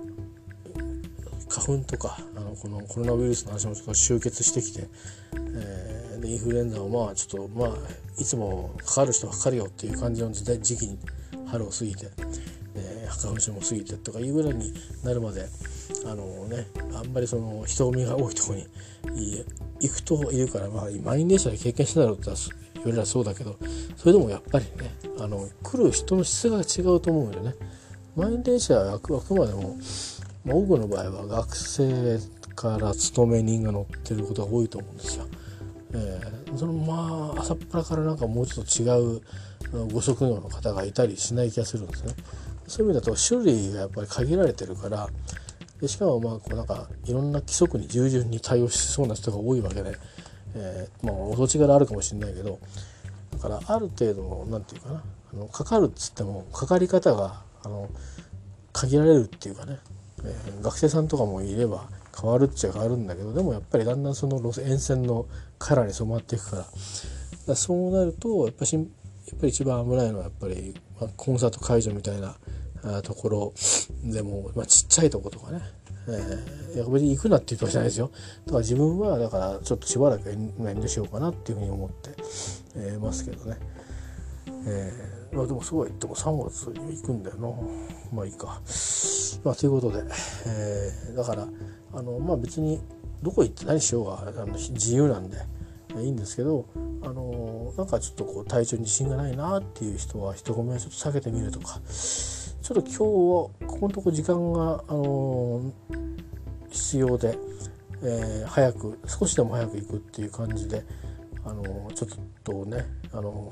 花粉とかあのこのコロナウイルスの話もちょっと集結してきて、えー、でインフルエンザをまあちょっとまあいつもかかる人はかかるよっていう感じの時代時期に春を過ぎて、えー、花粉症も過ぎてとかいうぐらいになるまであのねあんまりその人混みが多いところに行くといるから、まあ満員電車で経験してたろうって言われたらそうだけど、それでもやっぱりねあの来る人の質が違うと思うよね。満員電車はあくまでも、まあ、多くの場合は学生から勤め人が乗ってることが多いと思うんですよ。 えー、そのまあ朝っぱらからなんかもうちょっと違うご職業の方がいたりしない気がするんですね。そういう意味だと種類がやっぱり限られてるから、でしかもまあこうなんかいろんな規則に従順に対応しそうな人が多いわけで、えー、まあお土地柄あるかもしれないけど、だからある程度のなんていうかな、あのかかるっつってもかかり方があの限られるっていうかね、えー、学生さんとかもいれば変わるっちゃ変わるんだけど、でもやっぱりだんだんその路線沿線のカラーに染まっていくから、だからそうなるとやっぱしやっぱり一番危ないのはやっぱり、まあ、コンサート会場みたいなところでも、まあ、ちっちゃいとことかね、えー、いや別に行くなっていうわけじゃないですよ。だから自分はだからちょっとしばらく遠慮しようかなっていうふうに思って、えー、ますけどね。えーまあ、でもそうは言ってもさんがつに行くんだよな。まあいいか。まあということで、えー、だからあのまあ別にどこ行って何しようがあの自由なんでいいんですけど、あのなんかちょっとこう体調に自信がないなっていう人は人混みはちょっと避けてみるとか、ちょっと今日はここのとこ時間が、あの必要で、えー、早く少しでも早く行くっていう感じで、あのちょっとね、あの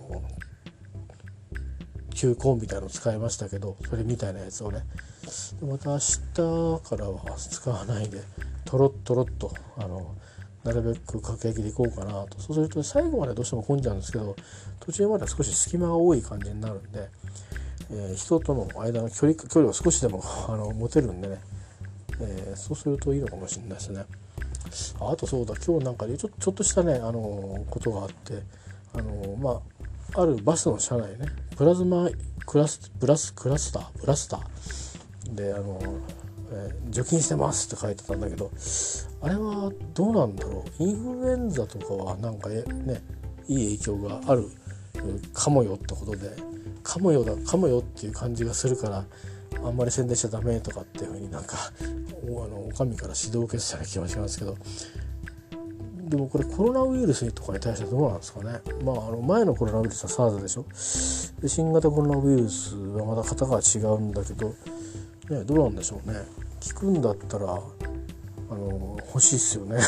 休校みたいなの使いましたけど、それみたいなやつをね、また明日からは使わないでトロットロッとあのなるべく駆け引きでいこうかなと。そうすると最後までどうしても混んじゃうんですけど、途中までは少し隙間が多い感じになるんで、えー、人との間の距離距離を少しでもあの持てるんでね、えー、そうするといいのかもしれないですね。あ, あとそうだ、今日なんかでちょちょっとしたね、あのことがあって、あのまああるバスの車内ね、プラズマクラスブラスクラスターブラスターであの、えー、除菌してますって書いてたんだけど、あれはどうなんだろう。インフルエンザとかはなんかねいい影響があるかもよってことで、かもよだかもよっていう感じがするからあんまり宣伝しちゃダメとかっていう風になんかおあのお上から指導を受けてたような気がしますけど、でもこれコロナウイルスとかに対してはどうなんですかね。まああの前のコロナウイルスは SARS でしょ。で新型コロナウイルスはまた型が違うんだけど、ね、どうなんでしょうね。効くんだったらあの欲しいっすよね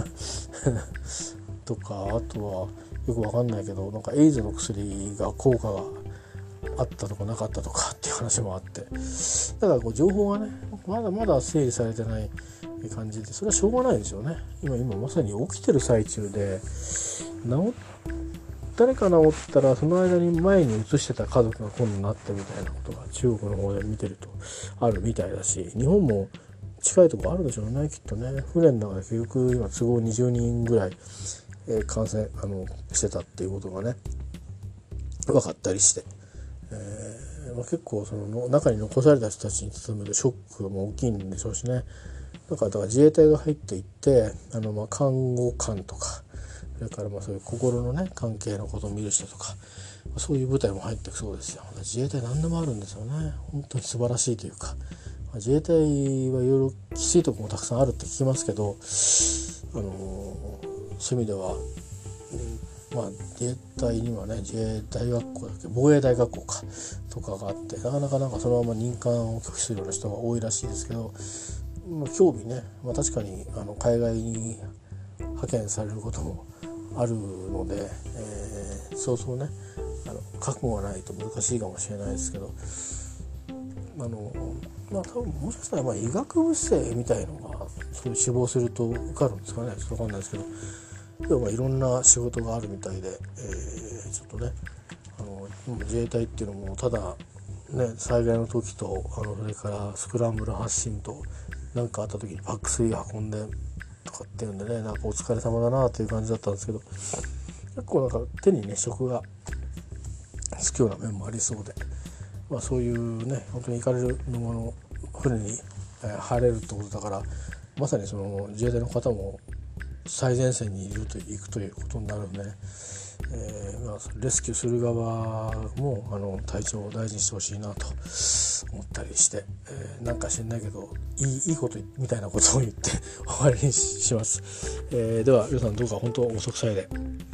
とか、あとはよくわかんないけど、なんかエイズの薬が効果があったとかなかったとかっていう話もあって、だからこう情報がねまだまだ整理されてない感じで、それはしょうがないですよね。今今まさに起きてる最中で、治誰か治ったらその間に前に移してた家族が今度なってみたいなことが中国の方で見てるとあるみたいだし、日本も近いところあるでしょうねきっとね。船の中で結局今都合にじゅうにんぐらい、えー、感染あのしてたっていうことがね分かったりして、えーまあ、結構その中に残された人たちにとめるショックも大きいんでしょうしね。だから、だから自衛隊が入っていってあのまあ看護官とか、それからまあそういう心のね関係のことを見る人とか、そういう部隊も入ってきそうですよ。自衛隊何でもあるんですよね。本当に素晴らしいというか、自衛隊はいろいろきついところもたくさんあるって聞きますけど、あのそういう意味では、うん、まあ自衛隊にはね自衛大学校だっけ防衛大学校かとかがあって、なかなかなんかそのまま任官を拒否するような人が多いらしいですけど、まあ、興味ね、まあ、確かにあの海外に派遣されることもあるので、えー、そうそうねあの覚悟がないと難しいかもしれないですけど、あのまあ多分もしかしたらまあ医学部生みたいのがそういう志望すると受かるんですかね、ちょっと分かんないですけど、でもまあいろんな仕事があるみたいで、えー、ちょっとねあの自衛隊っていうのもただね災害の時とあのそれからスクランブル発進と何かあった時にパックスリー運んでとかっていうんでね、なんかお疲れ様だなという感じだったんですけど、結構なんか手にね職がつくような面もありそうで、まあ、そういうね本当に行かれるのの船に、えー、入れるってことだから、まさにその自衛隊の方も最前線にいると行くということになるんで、ねえーまあ、レスキューする側もあの体調を大事にしてほしいなと思ったりして、えー、なんか知んないけどいい、いいことみたいなことを言って終わりにします。えー、では皆さんどうか本当遅くさいで。